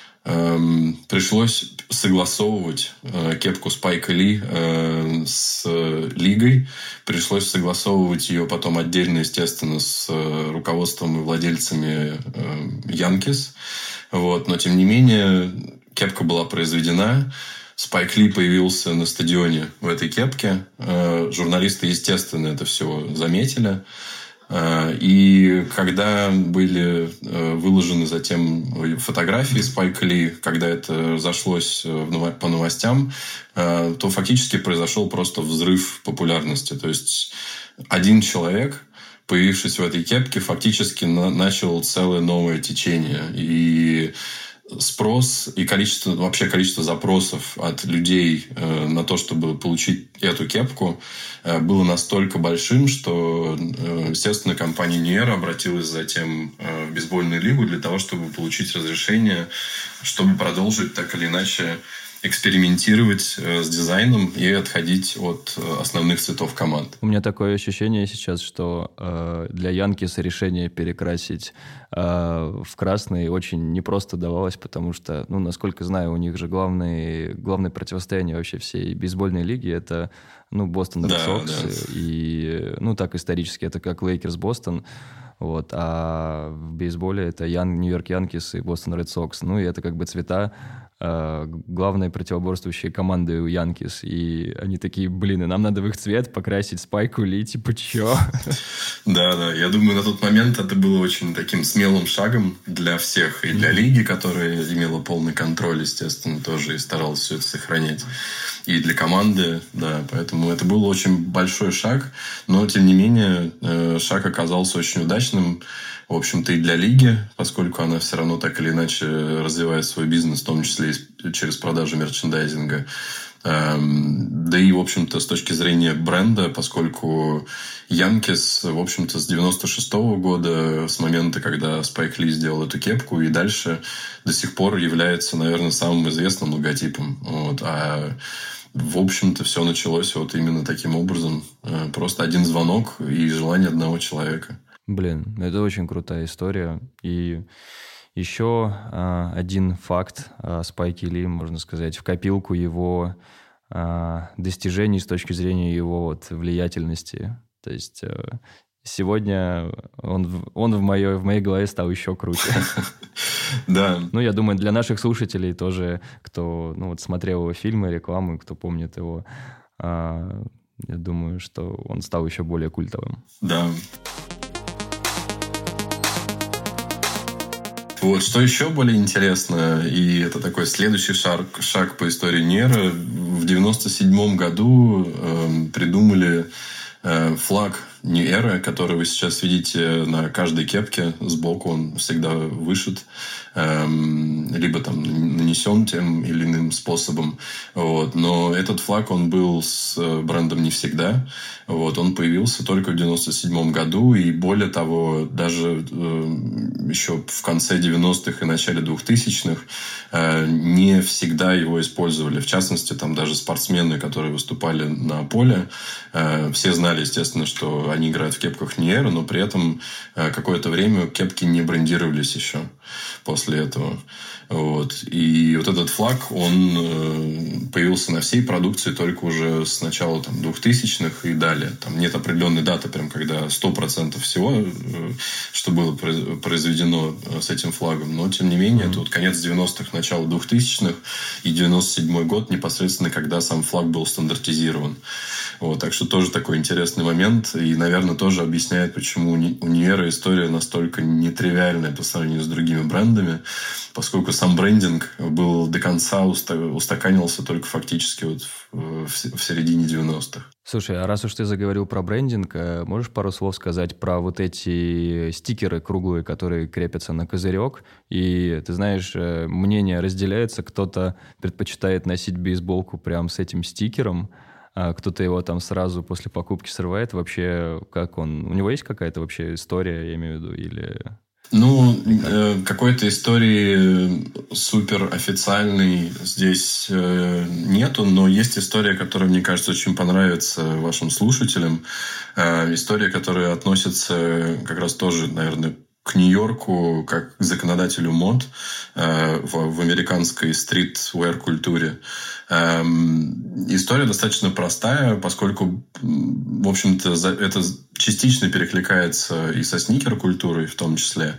пришлось согласовывать кепку Спайка Ли с лигой. Пришлось согласовывать ее потом отдельно, естественно, с руководством и владельцами Янкис. Вот. Но, тем не менее, кепка была произведена. Спайк Ли появился на стадионе в этой кепке. Журналисты, естественно, это все заметили. И когда были выложены затем фотографии Спайка Ли, когда это разошлось по новостям, то фактически произошел просто взрыв популярности. То есть один человек, появившись в этой кепке, фактически начал целое новое течение. И спрос и количество запросов от людей на то, чтобы получить эту кепку, было настолько большим, что, естественно, компания New Era обратилась затем в бейсбольную лигу для того, чтобы получить разрешение, чтобы продолжить так или иначе экспериментировать с дизайном и отходить от основных цветов команд. У меня такое ощущение сейчас, что для Янкиса решение перекрасить в красный очень непросто давалось, потому что, ну, насколько знаю, у них же главное противостояние вообще всей бейсбольной лиги — это, ну, Бостон Ред Сокс. Да. И, ну, так исторически это как Лейкерс Бостон. Вот, а в бейсболе это Нью-Йорк Янкис и Бостон Ред Сокс. Ну, и это как бы цвета главные противоборствующие команды у Янкис. И они такие, блин, и нам надо в их цвет покрасить Спайку Ли, типа, чё? Да, я думаю, на тот момент это было очень таким смелым шагом для всех. И для лиги, которая имела полный контроль, естественно, тоже и старалась все это сохранять. И для команды, да, поэтому это был очень большой шаг. Но, тем не менее, шаг оказался очень удачным. в общем-то, и для лиги, поскольку она все равно так или иначе развивает свой бизнес, в том числе и через продажу мерчендайзинга. Да и, в общем-то, с точки зрения бренда, поскольку Янкис, в общем-то, с 96-го года, с момента, когда Спайк Ли сделал эту кепку, и дальше до сих пор является, наверное, самым известным логотипом. Вот. А в общем-то, все началось вот именно таким образом. Просто один звонок и желание одного человека. Блин, это очень крутая история. И еще один факт о Спайке Ли, можно сказать, в копилку его достижений с точки зрения его вот влиятельности. То есть сегодня он в моей голове стал еще круче. Да. Ну, я думаю, для наших слушателей тоже, кто смотрел его фильмы, рекламу, кто помнит его, я думаю, что он стал еще более культовым. Да. Вот, что еще более интересно, и это такой следующий шаг по истории Ньера. В 97 году придумали флаг New Era, который вы сейчас видите на каждой кепке. Сбоку он всегда вышит, либо там нанесен тем или иным способом. Вот. Но этот флаг, он был с брендом не всегда. Вот. Он появился только в 97 году. И более того, даже еще в конце 90-х и начале 2000-х не всегда его использовали. В частности, там даже спортсмены, которые выступали на поле, все знали, естественно, что они играют в кепках New Era, но при этом какое-то время кепки не брендировались еще после этого. Вот. И вот этот флаг, он появился на всей продукции только уже с начала 2000-х и далее. Там нет определенной даты, прям когда 100% всего, что было произведено с этим флагом. Но, тем не менее, это вот конец 90-х, начало 2000-х и 97-й год непосредственно, когда сам флаг был стандартизирован. Вот. Так что тоже такой интересный момент. И, наверное, тоже объясняет, почему у New Era история настолько нетривиальная по сравнению с другими брендами, поскольку сам брендинг был до конца устаканился только фактически вот в середине 90-х. Слушай, а раз уж ты заговорил про брендинг, можешь пару слов сказать про вот эти стикеры круглые, которые крепятся на козырек? И, ты знаешь, мнения разделяются. Кто-то предпочитает носить бейсболку прям с этим стикером, а кто-то его там сразу после покупки срывает. Вообще, как он? У него есть какая-то вообще история, я имею в виду, или... Ну, какой-то истории супер официальной здесь нету, но есть история, которая, мне кажется, очень понравится вашим слушателям. История, которая относится как раз тоже, наверное, к Нью-Йорку как к законодателю мод в американской стритвер-культуре. История достаточно простая, поскольку, в общем-то, это частично перекликается и со сникер-культурой в том числе.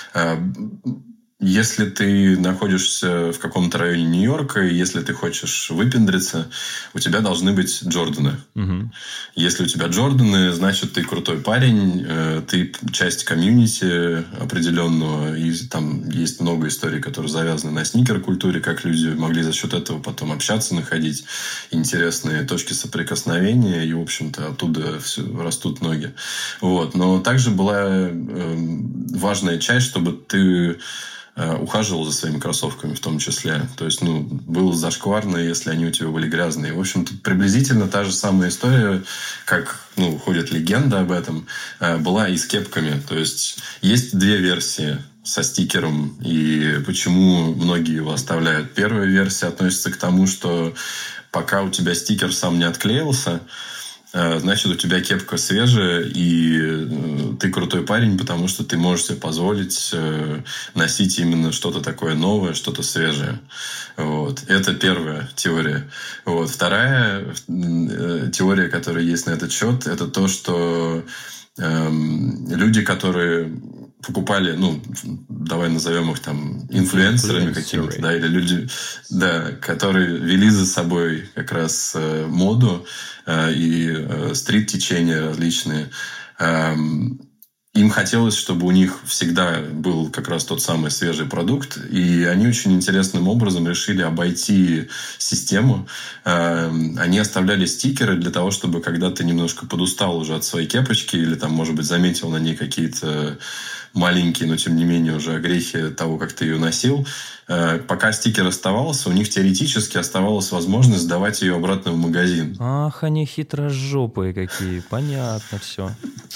Если ты находишься в каком-то районе Нью-Йорка, и если ты хочешь выпендриться, у тебя должны быть Джорданы. Угу. Если у тебя Джорданы, значит, ты крутой парень, ты часть комьюнити определенного, и там есть много историй, которые завязаны на сникер-культуре, как люди могли за счет этого потом общаться, находить интересные точки соприкосновения, и, в общем-то, оттуда растут ноги. Вот. Но также была важная часть, чтобы ты ухаживал за своими кроссовками в том числе. То есть, было зашкварно, если они у тебя были грязные. В общем-то, приблизительно та же самая история, как, ходит легенда об этом, была и с кепками. То есть, есть две версии со стикером, и почему многие его оставляют. Первая версия относится к тому, что пока у тебя стикер сам не отклеился, значит, у тебя кепка свежая, и ты крутой парень, потому что ты можешь себе позволить носить именно что-то такое новое, что-то свежее. Вот. Это первая теория. Вот. Вторая теория, которая есть на этот счет, это то, что люди, которые покупали, давай назовем их там инфлюенсерами какими-то, да, или люди, да, которые вели за собой как раз моду и стрит-течения различные. им хотелось, чтобы у них всегда был как раз тот самый свежий продукт. И они очень интересным образом решили обойти систему. Они оставляли стикеры для того, чтобы когда ты немножко подустал уже от своей кепочки или, там, может быть, заметил на ней какие-то маленькие, но тем не менее уже огрехи того, как ты ее носил. Пока стикер оставался, у них теоретически оставалась возможность сдавать ее обратно в магазин. Ах, они хитрожопые какие. Понятно все.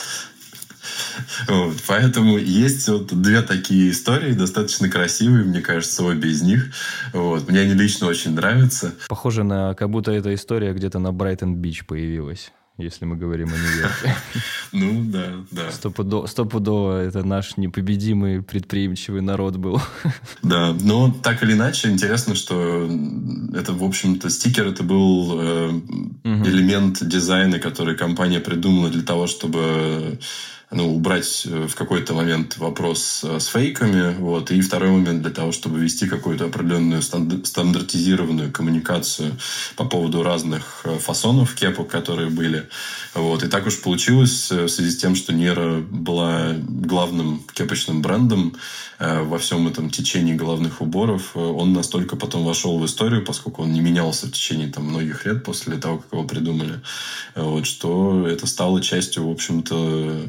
Вот, поэтому есть вот две такие истории, достаточно красивые, мне кажется, обе из них. Вот, мне они лично очень нравятся. Похоже на, как будто эта история где-то на Брайтон-Бич появилась, если мы говорим о Нью-Йорке. Ну, да. Стопудово это наш непобедимый предприимчивый народ был. Да, но так или иначе, интересно, что это, в общем-то, стикер, это был элемент дизайна, который компания придумала для того, чтобы убрать в какой-то момент вопрос с фейками. Вот, и второй момент для того, чтобы вести какую-то определенную стандартизированную коммуникацию по поводу разных фасонов кепок, которые были. Вот. И так уж получилось в связи с тем, что Нера была главным кепочным брендом во всем этом течении головных уборов. Он настолько потом вошел в историю, поскольку он не менялся в течение многих лет после того, как его придумали, вот, что это стало частью, в общем-то,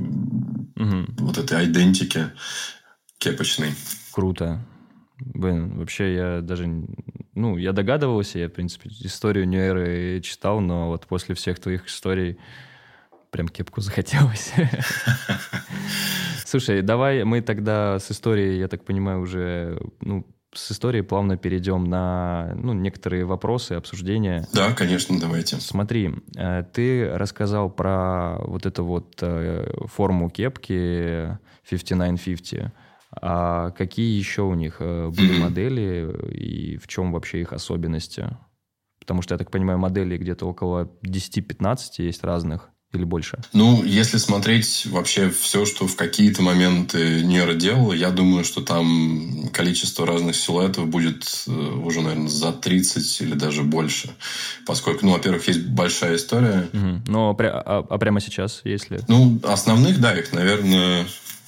вот этой идентики кепочной. Круто. Блин, вообще я даже... я догадывался, я, в принципе, историю Нью-Эры читал, но вот после всех твоих историй прям кепку захотелось. Слушай, давай мы тогда с историей, я так понимаю, уже... с историей плавно перейдем на некоторые вопросы, обсуждения. Да, конечно, давайте. Смотри, ты рассказал про вот эту вот форму кепки 5950. А какие еще у них были модели и в чем вообще их особенности? Потому что, я так понимаю, моделей где-то около 10-15 есть разных. Или больше? Если смотреть вообще все, что в какие-то моменты Нера делала, я думаю, что там количество разных силуэтов будет уже, наверное, за 30 или даже больше. Поскольку, во-первых, есть большая история. Но прямо сейчас, если... Основных, да, их, наверное,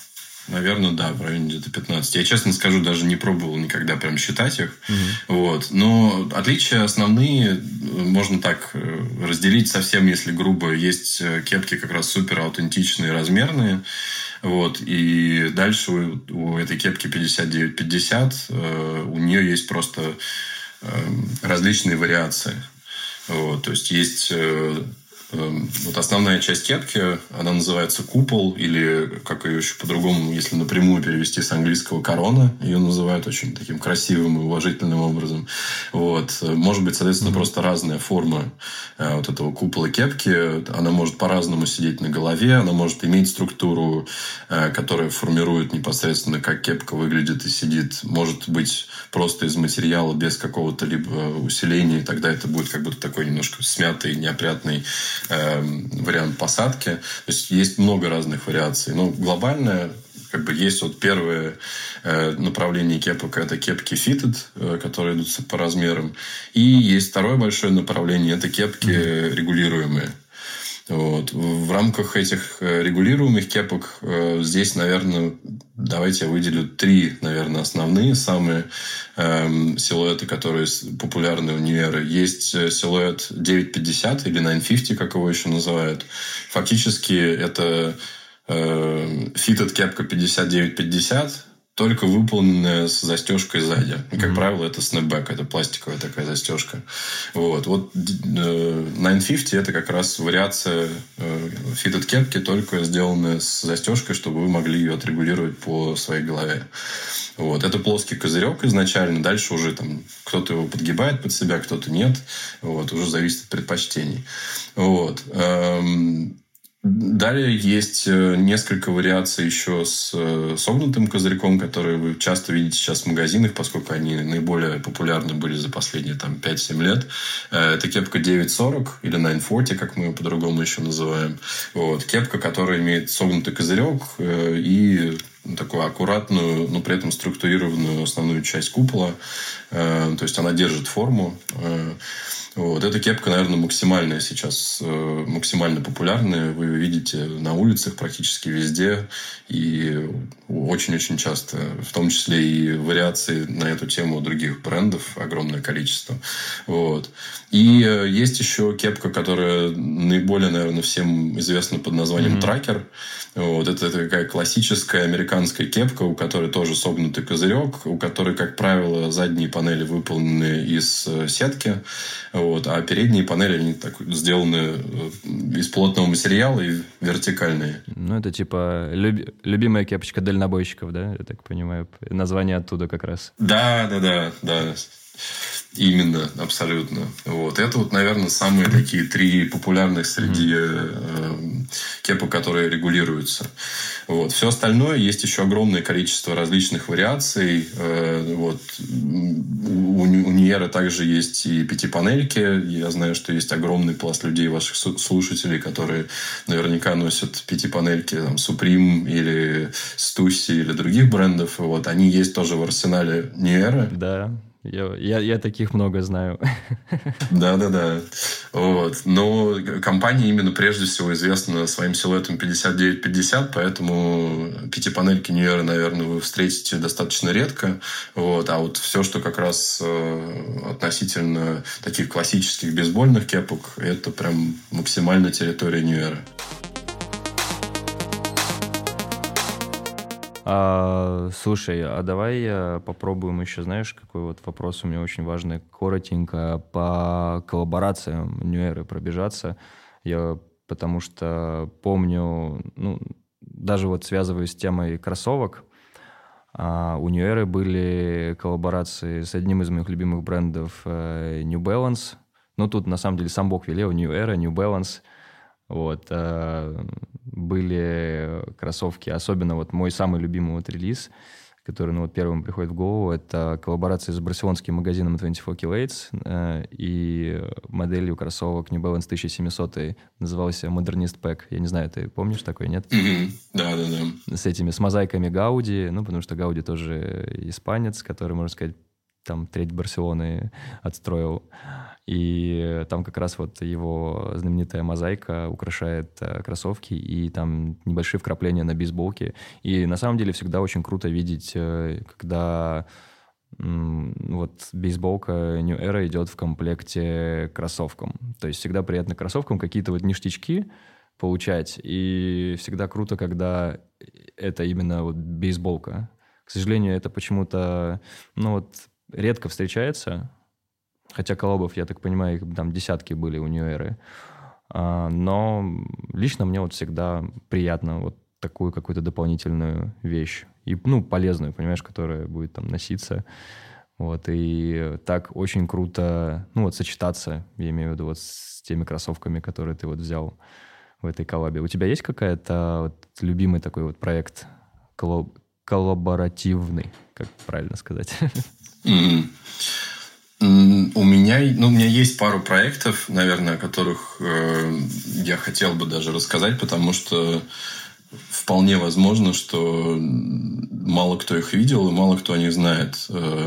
да, в районе где-то 15. Я, честно скажу, даже не пробовал никогда прям считать их. Вот. Но отличия основные можно так разделить совсем, если грубо. Есть кепки как раз супер аутентичные, размерные. Вот. И дальше у этой кепки 5950 у нее есть просто различные вариации. Вот. То есть есть... Вот основная часть кепки, она называется купол, или, как ее еще по-другому, если напрямую перевести с английского, корона. Ее называют очень таким красивым и уважительным образом. Вот. Может быть, соответственно, просто разная форма вот этого купола кепки. Она может по-разному сидеть на голове, она может иметь структуру, которая формирует непосредственно, как кепка выглядит и сидит. Может быть, просто из материала без какого-то либо усиления, и тогда это будет как будто такой немножко смятый, неопрятный вариант посадки. То есть есть много разных вариаций. Но глобально есть вот первое направление кепок, это кепки fitted, которые идут по размерам. И есть второе большое направление, это кепки регулируемые. Вот. В рамках этих регулируемых кепок здесь, наверное, давайте я выделю 3, наверное, основные самые силуэты, которые популярны у Ньюэра. Есть силуэт 950 или 950, как его еще называют. Фактически это fitted кепка 5950, только выполненная с застежкой сзади. И, как правило, это снэпбэк, это пластиковая такая застежка. Вот 950 это как раз вариация fitted кепки, только сделанная с застежкой, чтобы вы могли ее отрегулировать по своей голове. Вот. Это плоский козырек изначально. Дальше уже кто-то его подгибает под себя, кто-то нет. Вот. Уже зависит от предпочтений. Вот. Далее есть несколько вариаций еще с согнутым козырьком, которые вы часто видите сейчас в магазинах, поскольку они наиболее популярны были за последние 5-7 лет. Это кепка 940 или 940, как мы ее по-другому еще называем. Вот. Кепка, которая имеет согнутый козырек и такую аккуратную, но при этом структурированную основную часть купола. То есть она держит форму. Вот. Эта кепка, наверное, максимальная сейчас, максимально популярная. Вы ее видите на улицах практически везде. И очень-очень часто. В том числе и вариации на эту тему других брендов. Огромное количество. Вот. И есть еще кепка, которая наиболее, наверное, всем известна под названием тракер. Вот. Это такая классическая американская кепка, у которой тоже согнутый козырек, у которой, как правило, задние панели выполнены из сетки. Вот, а передние панели они так сделаны из плотного материала и вертикальные. Ну, это типа любимая кепочка дальнобойщиков, да? Я так понимаю. Название оттуда как раз. Да. Именно, абсолютно. Вот. Это вот, наверное, самые такие 3 популярных среди кепок, которые регулируются. Вот. Все остальное, есть еще огромное количество различных вариаций. Вот. У Ньюэра также есть и 5-панельки. Я знаю, что есть огромный пласт людей, ваших слушателей, которые наверняка носят 5-панельки там, Supreme или Stussy или других брендов. Вот. Они есть тоже в арсенале Ньюэра. Да. Я таких много знаю. Да. Вот. Но компания именно прежде всего известна своим силуэтом 59-50, поэтому 5-панельки Ньюэра, наверное, вы встретите достаточно редко. Вот. А вот все, что как раз относительно таких классических бейсбольных кепок, это прям максимально территория Ньюэра. Слушай, а давай попробуем еще, знаешь, какой вот вопрос у меня очень важный, коротенько по коллаборациям Ньюэра пробежаться. Я потому что помню, ну, даже вот связываясь с темой кроссовок, у Ньюэра были коллаборации с одним из моих любимых брендов New Balance. Ну, тут на самом деле сам Бог велел, Ньюэра, New Balance. Вот, были кроссовки, особенно вот мой самый любимый вот релиз, который, ну, вот первым приходит в голову, это коллаборация с барселонским магазином 24 Kilates, и моделью кроссовок New Balance 1700 назывался Modernist Pack. Я не знаю, ты помнишь такой, нет? Да. С мозаиками Гауди, ну, потому что Гауди тоже испанец, который, можно сказать, там треть Барселоны отстроил. И там как раз вот его знаменитая мозаика украшает кроссовки, и там небольшие вкрапления на бейсболке. И на самом деле всегда очень круто видеть, когда вот бейсболка New Era идет в комплекте к кроссовкам. То есть всегда приятно кроссовкам какие-то вот ништячки получать. И всегда круто, когда это именно вот бейсболка. К сожалению, это почему-то, ну вот, редко встречается. Хотя коллабов, я так понимаю, их там десятки были у Ньюэры. Но лично мне вот всегда приятно вот такую какую-то дополнительную вещь. И, ну, полезную, понимаешь, которая будет там носиться. Вот, и так очень круто, ну, вот сочетаться, я имею в виду, вот с теми кроссовками, которые ты вот взял в этой коллабе. У тебя есть какая-то вот любимый такой вот проект коллаборативный, как правильно сказать? У меня есть пару проектов, наверное, о которых я хотел бы даже рассказать, потому что вполне возможно, что мало кто их видел и мало кто о них знает.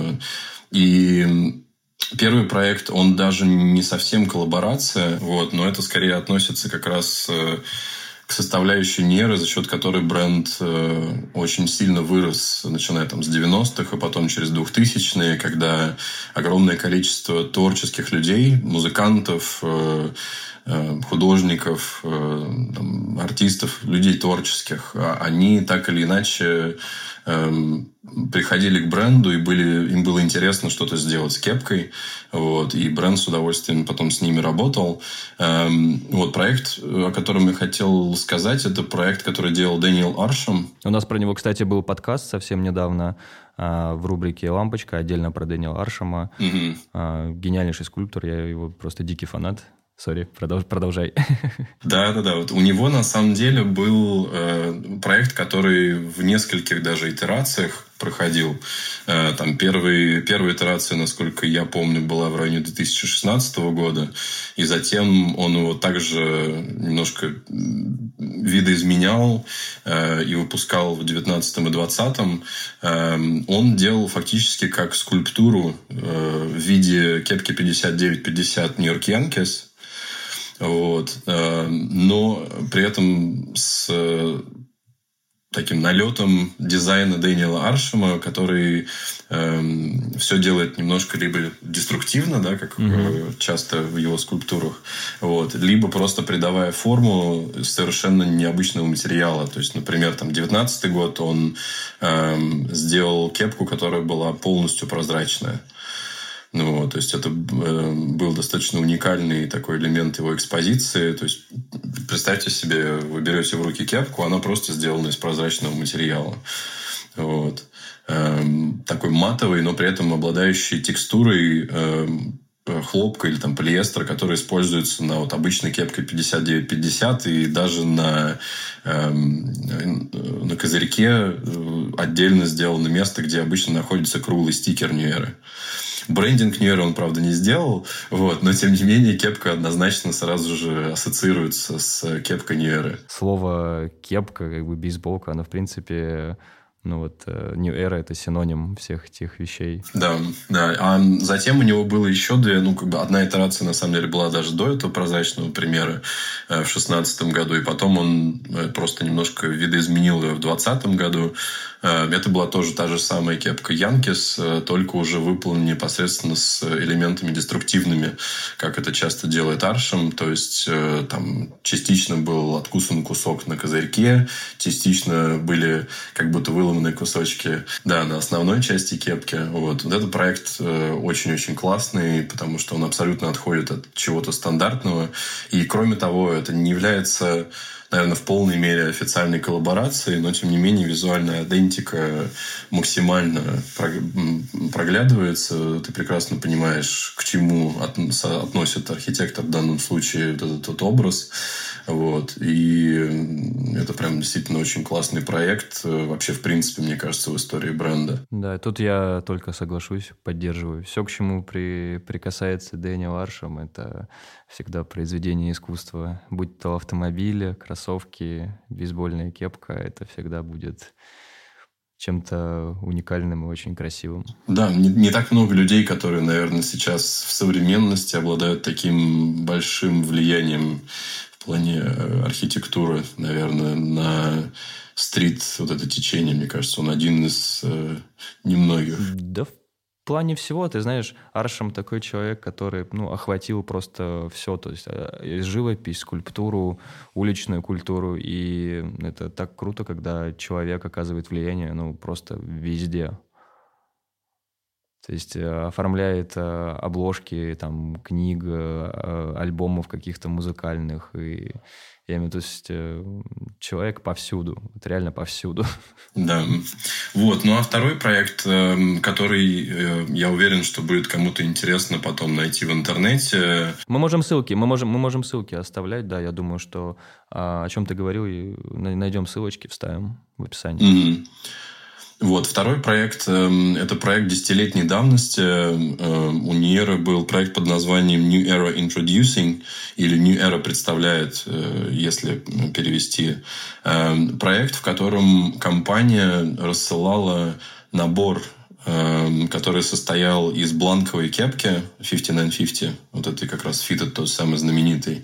И первый проект, он даже не совсем коллаборация, вот, но это скорее относится как раз к составляющей Ньюэра, за счет которой бренд очень сильно вырос, начиная там с 90-х, и потом через 2000-е, когда огромное количество творческих людей, музыкантов, художников, там, артистов, людей творческих, они так или иначе приходили к бренду, и им было интересно что-то сделать с кепкой. Вот, и бренд с удовольствием потом с ними работал. Вот проект, о котором я хотел сказать, это проект, который делал Дэниел Аршам. У нас про него, кстати, был подкаст совсем недавно в рубрике «Лампочка», отдельно про Дэниела Аршама. Гениальнейший скульптор, я его просто дикий фанат. Сори, продолжай. Да. Вот у него на самом деле был проект, который в нескольких даже итерациях проходил. Там первая итерация, насколько я помню, была в районе 2016 года. И затем он его также немножко видоизменял и выпускал в 2019 и 2020. Он делал фактически как скульптуру в виде кепки 59-50 New York Yankees. Вот. Но при этом с таким налетом дизайна Дэниела Аршема, который все делает немножко либо деструктивно, да, как часто в его скульптурах, вот, либо просто придавая форму совершенно необычного материала. То есть, например, там 19-й год он сделал кепку, которая была полностью прозрачная. Ну, вот, то есть, это был достаточно уникальный такой элемент его экспозиции. То есть, представьте себе, вы берете в руки кепку, она просто сделана из прозрачного материала. Вот. Такой матовый, но при этом обладающий текстурой хлопка или там полиэстера, который используется на вот обычной кепке 59-50 и даже на козырьке отдельно сделано место, где обычно находится круглый стикер New Era. Брендинг New Era он, правда, не сделал, вот, но, тем не менее, кепка однозначно сразу же ассоциируется с кепкой New Era. Слово «кепка», как бы бейсболка, оно, в принципе, ну вот, New Era — это синоним всех этих вещей. Да, да. А затем у него было еще две, ну, как бы одна итерация, на самом деле, была даже до этого прозрачного примера в 2016 году, и потом он просто немножко видоизменил ее в 2020 году. Это была тоже та же самая кепка Yankees, только уже выполнена непосредственно с элементами деструктивными, как это часто делает Аршем. То есть, там частично был откусан кусок на козырьке, частично были как будто выломанные кусочки, да, на основной части кепки. Вот этот проект очень-очень классный, потому что он абсолютно отходит от чего-то стандартного. И, кроме того, это не является, наверное, в полной мере официальной коллаборацией, но, тем не менее, визуальная идентика максимально проглядывается. Ты прекрасно понимаешь, к чему относит архитектор в данном случае этот образ. Вот. И это прям действительно очень классный проект. Вообще, в принципе, мне кажется, в истории бренда. Да, тут я только соглашусь, поддерживаю. Все, к чему прикасается Дэниел Аршем, это всегда произведение искусства. Будь то автомобили, кроссовки, бейсбольная кепка, это всегда будет чем-то уникальным и очень красивым. Да, не так много людей, которые, наверное, сейчас в современности обладают таким большим влиянием в плане архитектуры, наверное, на стрит, вот это течение, мне кажется, он один из немногих. Да, в плане всего, ты знаешь, Аршем такой человек, который, охватил просто все, то есть живопись, скульптуру, уличную культуру, и это так круто, когда человек оказывает влияние, просто везде. То есть оформляет обложки там, книг, альбомов каких-то музыкальных. И я имею в виду, то есть человек повсюду, вот реально повсюду. Да. Вот. Ну, а второй проект, который, я уверен, что будет кому-то интересно потом найти в интернете. Мы можем ссылки оставлять, да, я думаю, что о чем ты говорил, и найдем ссылочки, вставим в описании. Mm-hmm. Вот. Второй проект – это проект десятилетней давности. У New Era был проект под названием New Era Introducing, или New Era представляет, если перевести. Проект, в котором компания рассылала набор, который состоял из бланковой кепки 5950, вот этой как раз Fitted, тот самый знаменитый.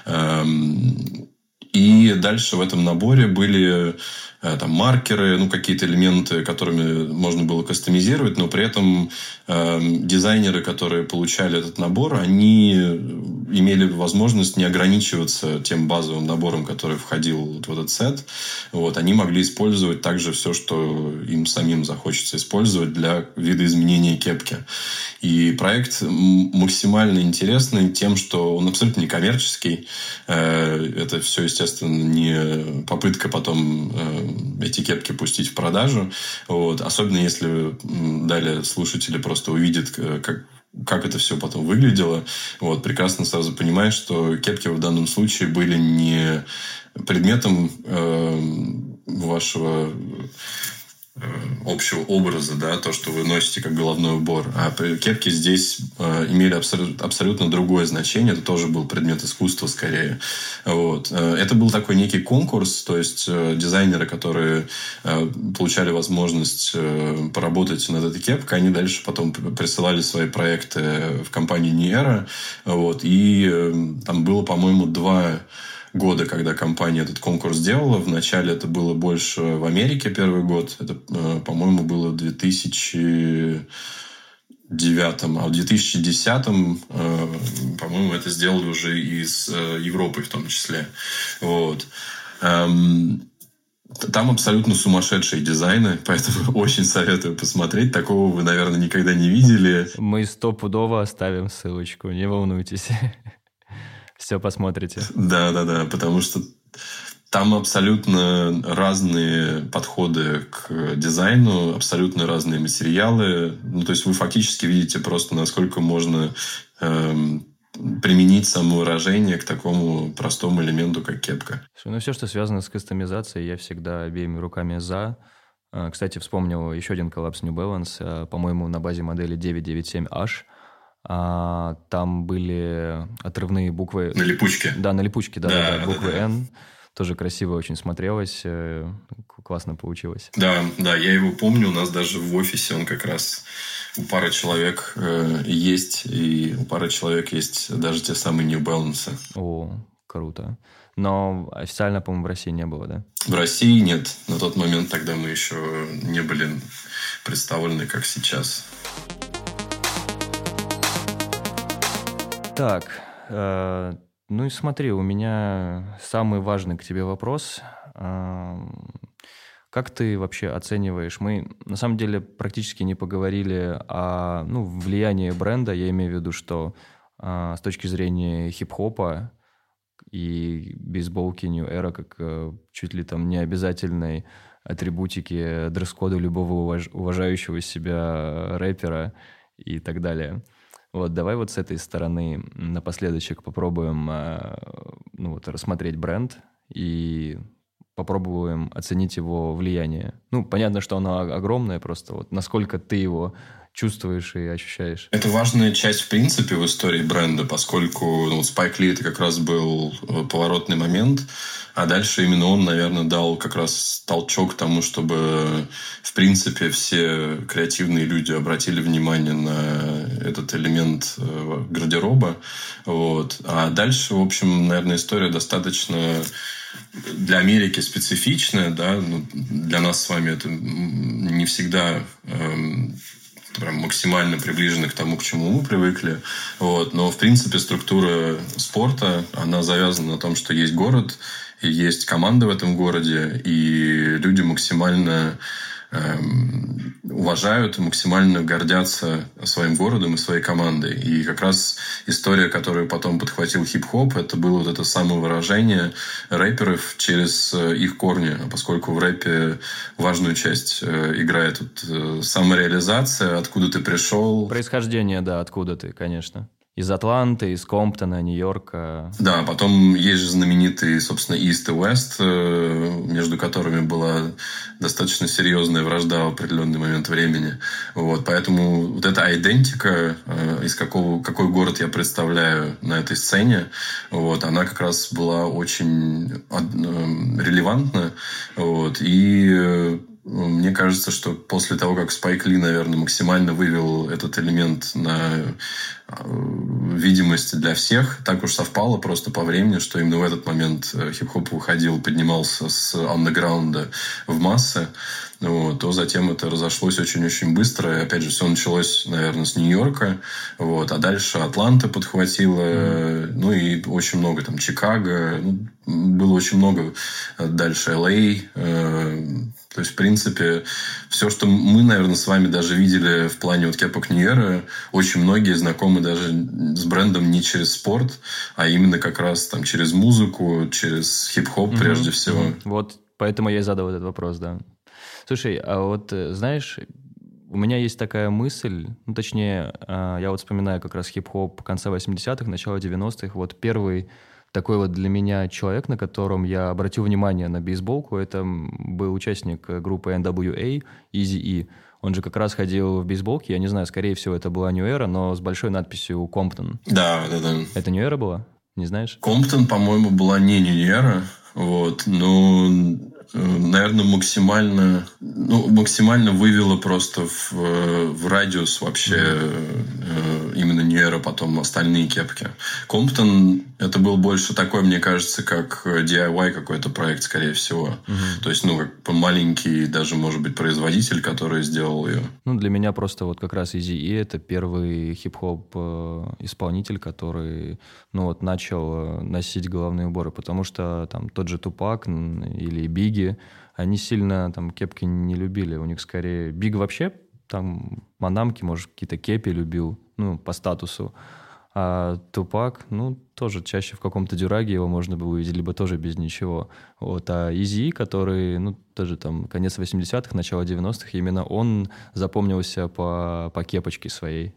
И дальше в этом наборе были там маркеры, какие-то элементы, которыми можно было кастомизировать, но при этом дизайнеры, которые получали этот набор, они имели возможность не ограничиваться тем базовым набором, который входил в этот сет. Вот, они могли использовать также все, что им самим захочется использовать для видоизменения кепки. И проект максимально интересный тем, что он абсолютно некоммерческий. Это все, естественно, не попытка потом эти кепки пустить в продажу. Вот. Особенно если далее слушатели просто увидят, как это все потом выглядело. Вот. Прекрасно сразу понимаешь, что кепки в данном случае были не предметом вашего общего образа, да, то, что вы носите как головной убор. А кепки здесь имели абсолютно другое значение. Это тоже был предмет искусства скорее. Вот. Это был такой некий конкурс, то есть дизайнеры, которые получали возможность поработать над этой кепкой, они дальше потом присылали свои проекты в компанию New Era. Вот. И там было, по-моему, 2 года, когда компания этот конкурс делала. Вначале это было больше в Америке первый год. Это, по-моему, было в 2009. А в 2010, по-моему, это сделали уже из Европы в том числе. Вот. Там абсолютно сумасшедшие дизайны, поэтому очень советую посмотреть. Такого вы, наверное, никогда не видели. Мы стопудово оставим ссылочку, не волнуйтесь. Все посмотрите. Да, потому что там абсолютно разные подходы к дизайну, абсолютно разные материалы. Ну, то есть вы фактически видите просто, насколько можно применить самовыражение к такому простому элементу, как кепка. Ну, все, что связано с кастомизацией, я всегда обеими руками за. Кстати, вспомнил еще один коллаб с New Balance, по-моему, на базе модели 997H. Там были отрывные буквы... На липучке. Да, на липучке, да, буквы N. Тоже красиво очень смотрелось, классно получилось. Да, я его помню, у нас даже в офисе он как раз у пары человек есть, и у пары человек есть даже те самые New Balance. О, круто. Но официально, по-моему, в России не было, да? В России нет. На тот момент тогда мы еще не были представлены, как сейчас. Так, ну и смотри, у меня самый важный к тебе вопрос. Как ты вообще оцениваешь? Мы, на самом деле, практически не поговорили о влиянии бренда. Я имею в виду, что с точки зрения хип-хопа и бейсболки New Era, как чуть ли там не обязательной атрибутики дресс-кода любого уважающего себя рэпера и так далее. Вот, давай вот с этой стороны напоследочек попробуем рассмотреть бренд и попробуем оценить его влияние. Ну, понятно, что оно огромное, просто вот насколько ты его чувствуешь и ощущаешь. Это важная часть, в принципе, в истории бренда, поскольку Спайк Ли это как раз был поворотный момент, а дальше именно он, наверное, дал как раз толчок к тому, чтобы, в принципе, все креативные люди обратили внимание на этот элемент гардероба. Вот. А дальше, в общем, наверное, история достаточно для Америки специфичная, да, для нас с вами это не всегда прям максимально приближены к тому, к чему мы привыкли. Вот. Но, в принципе, структура спорта, она завязана на том, что есть город, и есть команда в этом городе, и люди максимально уважают и максимально гордятся своим городом и своей командой. И как раз история, которую потом подхватил хип-хоп, это было вот это самовыражение рэперов через их корни. Поскольку в рэпе важную часть играет самореализация, откуда ты пришел. Происхождение, да, откуда ты, конечно. Из Атланты, из Комптона, Нью-Йорка. Да, потом есть же знаменитый, собственно, East и West, между которыми была достаточно серьезная вражда в определенный момент времени. Вот, поэтому вот эта идентика, какой город я представляю на этой сцене, вот, она как раз была очень релевантна. Вот, и мне кажется, что после того, как Спайк Ли, наверное, максимально вывел этот элемент на видимость для всех, так уж совпало просто по времени, что именно в этот момент хип-хоп выходил, поднимался с андеграунда в массы, вот, то затем это разошлось очень-очень быстро. И, опять же, все началось, наверное, с Нью-Йорка, вот, а дальше Атланта подхватила, ну и очень много там Чикаго, было очень много дальше LA. То есть, в принципе, все, что мы, наверное, с вами даже видели в плане вот кепок New Era, очень многие знакомы даже с брендом не через спорт, а именно как раз там через музыку, через хип-хоп прежде всего. Вот поэтому я и задал этот вопрос, да. Слушай, а вот знаешь, у меня есть такая мысль, точнее, я вот вспоминаю как раз хип-хоп конца 80-х, начала 90-х, вот первый такой вот для меня человек, на котором я обратил внимание на бейсболку. Это был участник группы NWA, Eazy-E. Он же как раз ходил в бейсболке. Я не знаю, скорее всего, это была New Era, но с большой надписью Compton. Да. Это New Era была? Не знаешь? Compton, по-моему, была не New Era. Вот. Но, наверное, максимально вывела просто в радиус вообще именно New Era, потом остальные кепки. Compton это был больше такой, мне кажется, как DIY какой-то проект, скорее всего. То есть, как маленький даже, может быть, производитель, который сделал ее. Для меня просто вот как раз Eazy-E это первый хип-хоп исполнитель, который, начал носить головные уборы, потому что там тот же Тупак или Бигги, они сильно там кепки не любили. У них скорее... Биг вообще там манамки, может, какие-то кепи любил, по статусу. А Тупак, тоже чаще в каком-то дюраге его можно было увидеть, либо тоже без ничего. Вот. А Eazy, который, тоже там конец 80-х, начало 90-х, именно он запомнился по кепочке своей.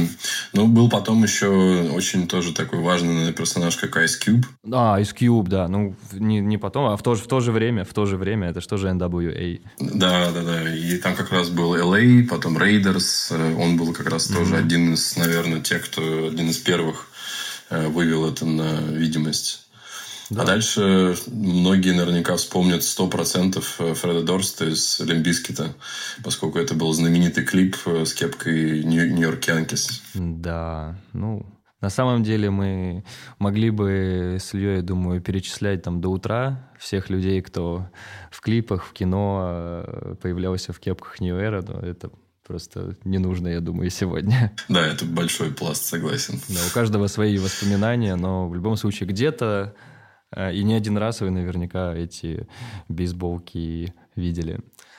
Был потом еще очень тоже такой важный, наверное, персонаж, как Ice Cube. Ice Cube, да. Не потом, а в то же время, это что же NWA. Да. И там как раз был LA, потом Raiders. Он был как раз тоже один из, наверное, один из первых вывел это на видимость. Да. А дальше многие наверняка вспомнят 100% Фреда Дорста из Лимп Бизкита, поскольку это был знаменитый клип с кепкой Нью-Йорк Янкис. Да, на самом деле мы могли бы с Ильей, думаю, перечислять там до утра всех людей, кто в клипах, в кино появлялся в кепках New Era, но это просто не нужно, я думаю, сегодня. Да, это большой пласт, согласен. Да, у каждого свои воспоминания, но в любом случае где-то и не один раз вы наверняка эти бейсболки видели.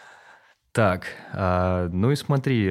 Так, и смотри,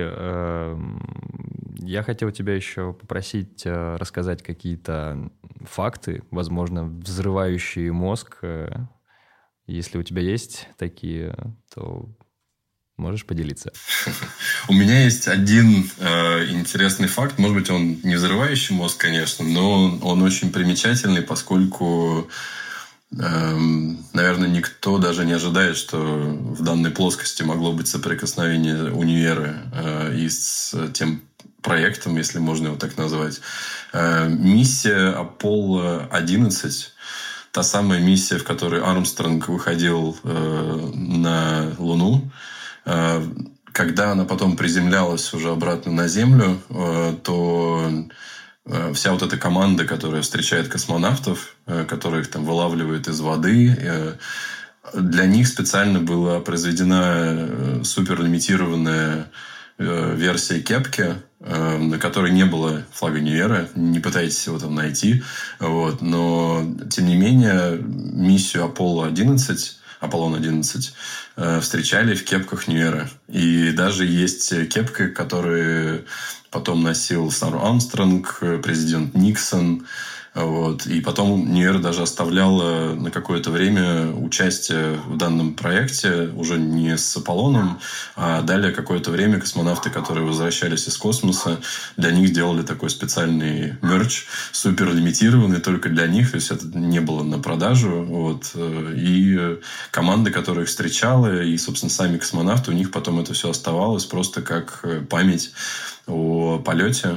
я хотел тебя еще попросить рассказать какие-то факты, возможно, взрывающие мозг. Если у тебя есть такие, то можешь поделиться. У меня есть один интересный факт. Может быть, он не взрывающий мозг, конечно, но он очень примечательный, поскольку, наверное, никто даже не ожидает, что в данной плоскости могло быть соприкосновение Универа и с тем проектом, если можно его так назвать. Миссия Аполло-11, та самая миссия, в которой Армстронг выходил на Луну, когда она потом приземлялась уже обратно на Землю, то вся вот эта команда, которая встречает космонавтов, которая их там вылавливает из воды, для них специально была произведена суперлимитированная версия кепки, на которой не было флага Нью-Эра. Не пытайтесь его там найти. Вот. Но, тем не менее, миссию Аполлон-11 встречали в кепках Нью-Эра. И даже есть кепка, которую потом носил сам Армстронг, президент Никсон. Вот. И потом Нью-Эра даже оставляла на какое-то время участие в данном проекте, уже не с Аполлоном, а далее какое-то время космонавты, которые возвращались из космоса, для них сделали такой специальный мерч, супер лимитированный только для них, то есть это не было на продажу. Вот. И команда, которая их встречала, и, собственно, сами космонавты, у них потом это все оставалось просто как память о полете,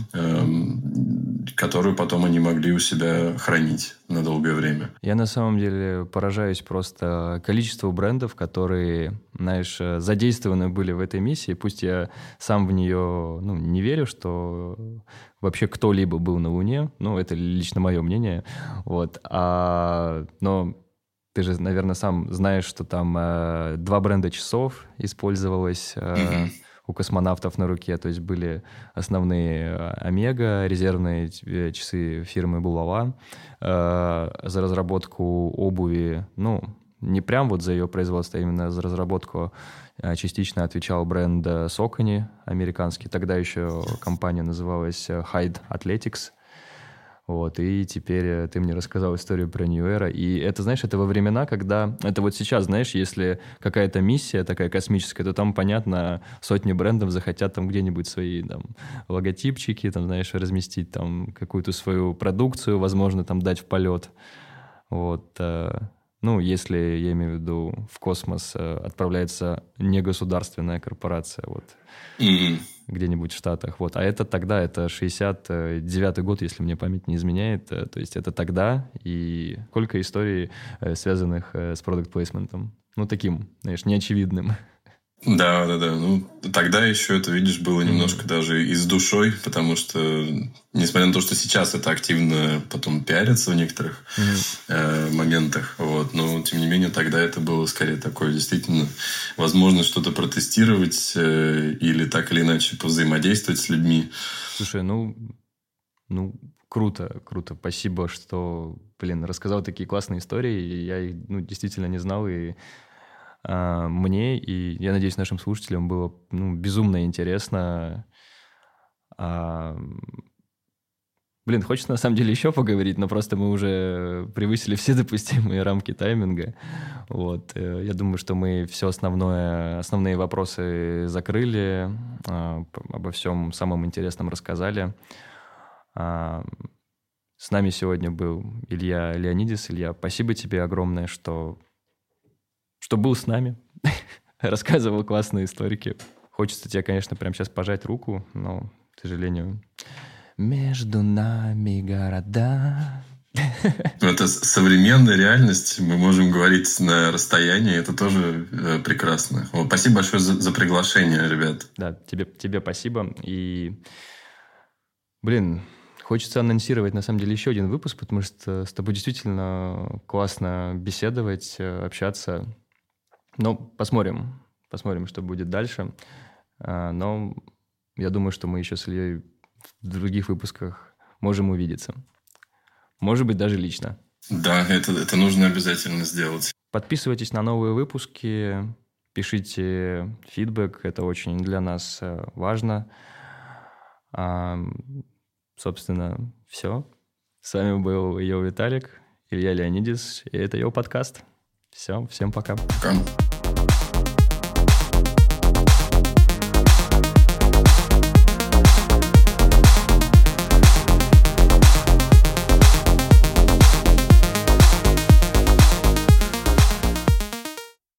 которую потом они могли у себя хранить на долгое время. Я на самом деле поражаюсь просто количеству брендов, которые, знаешь, задействованы были в этой миссии. Пусть я сам в нее не верю, что вообще кто-либо был на Луне. Это лично мое мнение. Вот. Но ты же, наверное, сам знаешь, что там 2 бренда часов использовалось у космонавтов на руке. То есть были основные Омега, резервные часы фирмы Булава. За разработку обуви, не прям вот за ее производство, а именно за разработку частично отвечал бренд Saucony американский. Тогда еще компания называлась Hyde Athletics. Вот, и теперь ты мне рассказал историю про New Era. И это, знаешь, это во времена, когда... Это вот сейчас, знаешь, если какая-то миссия такая космическая, то там, понятно, сотни брендов захотят там где-нибудь свои там логотипчики, там, знаешь, разместить там какую-то свою продукцию, возможно, там дать в полет. Вот. Ну, если, я имею в виду, в космос отправляется негосударственная корпорация, вот, где-нибудь в Штатах. Вот. А это тогда, это 69-й год, если мне память не изменяет. То есть это тогда, и сколько историй, связанных с продакт-плейсментом. Ну, таким, знаешь, неочевидным. Да. Ну, тогда еще это, видишь, было немножко даже и с душой, потому что, несмотря на то, что сейчас это активно потом пиарится в некоторых моментах, вот, но, тем не менее, тогда это было скорее такое, действительно, возможность что-то протестировать или так или иначе повзаимодействовать с людьми. Слушай, ну, круто. Спасибо, что, рассказал такие классные истории. Я их, действительно не знал, и мне, и, я надеюсь, нашим слушателям было безумно интересно. Хочется на самом деле еще поговорить, но просто мы уже превысили все допустимые рамки тайминга. Вот. Я думаю, что мы все основные вопросы закрыли, обо всем самом интересном рассказали. С нами сегодня был Илья Леонидис. Илья, спасибо тебе огромное, что был с нами, рассказывал классные историки. Хочется тебе, конечно, прямо сейчас пожать руку, но, к сожалению, между нами города. Это современная реальность. Мы можем говорить на расстоянии. Это тоже прекрасно. Вот, спасибо большое за приглашение, ребят. Да, тебе спасибо. И, хочется анонсировать, на самом деле, еще один выпуск, потому что с тобой действительно классно беседовать, общаться. Но посмотрим, что будет дальше. Но я думаю, что мы еще с Ильей в других выпусках можем увидеться. Может быть, даже лично. Да, это нужно обязательно сделать. Подписывайтесь на новые выпуски, пишите фидбэк, это очень для нас важно. Собственно, все. С вами был Йоу Виталик, Илья Леонидис, и это Йоу подкаст. Все, всем пока. Пока.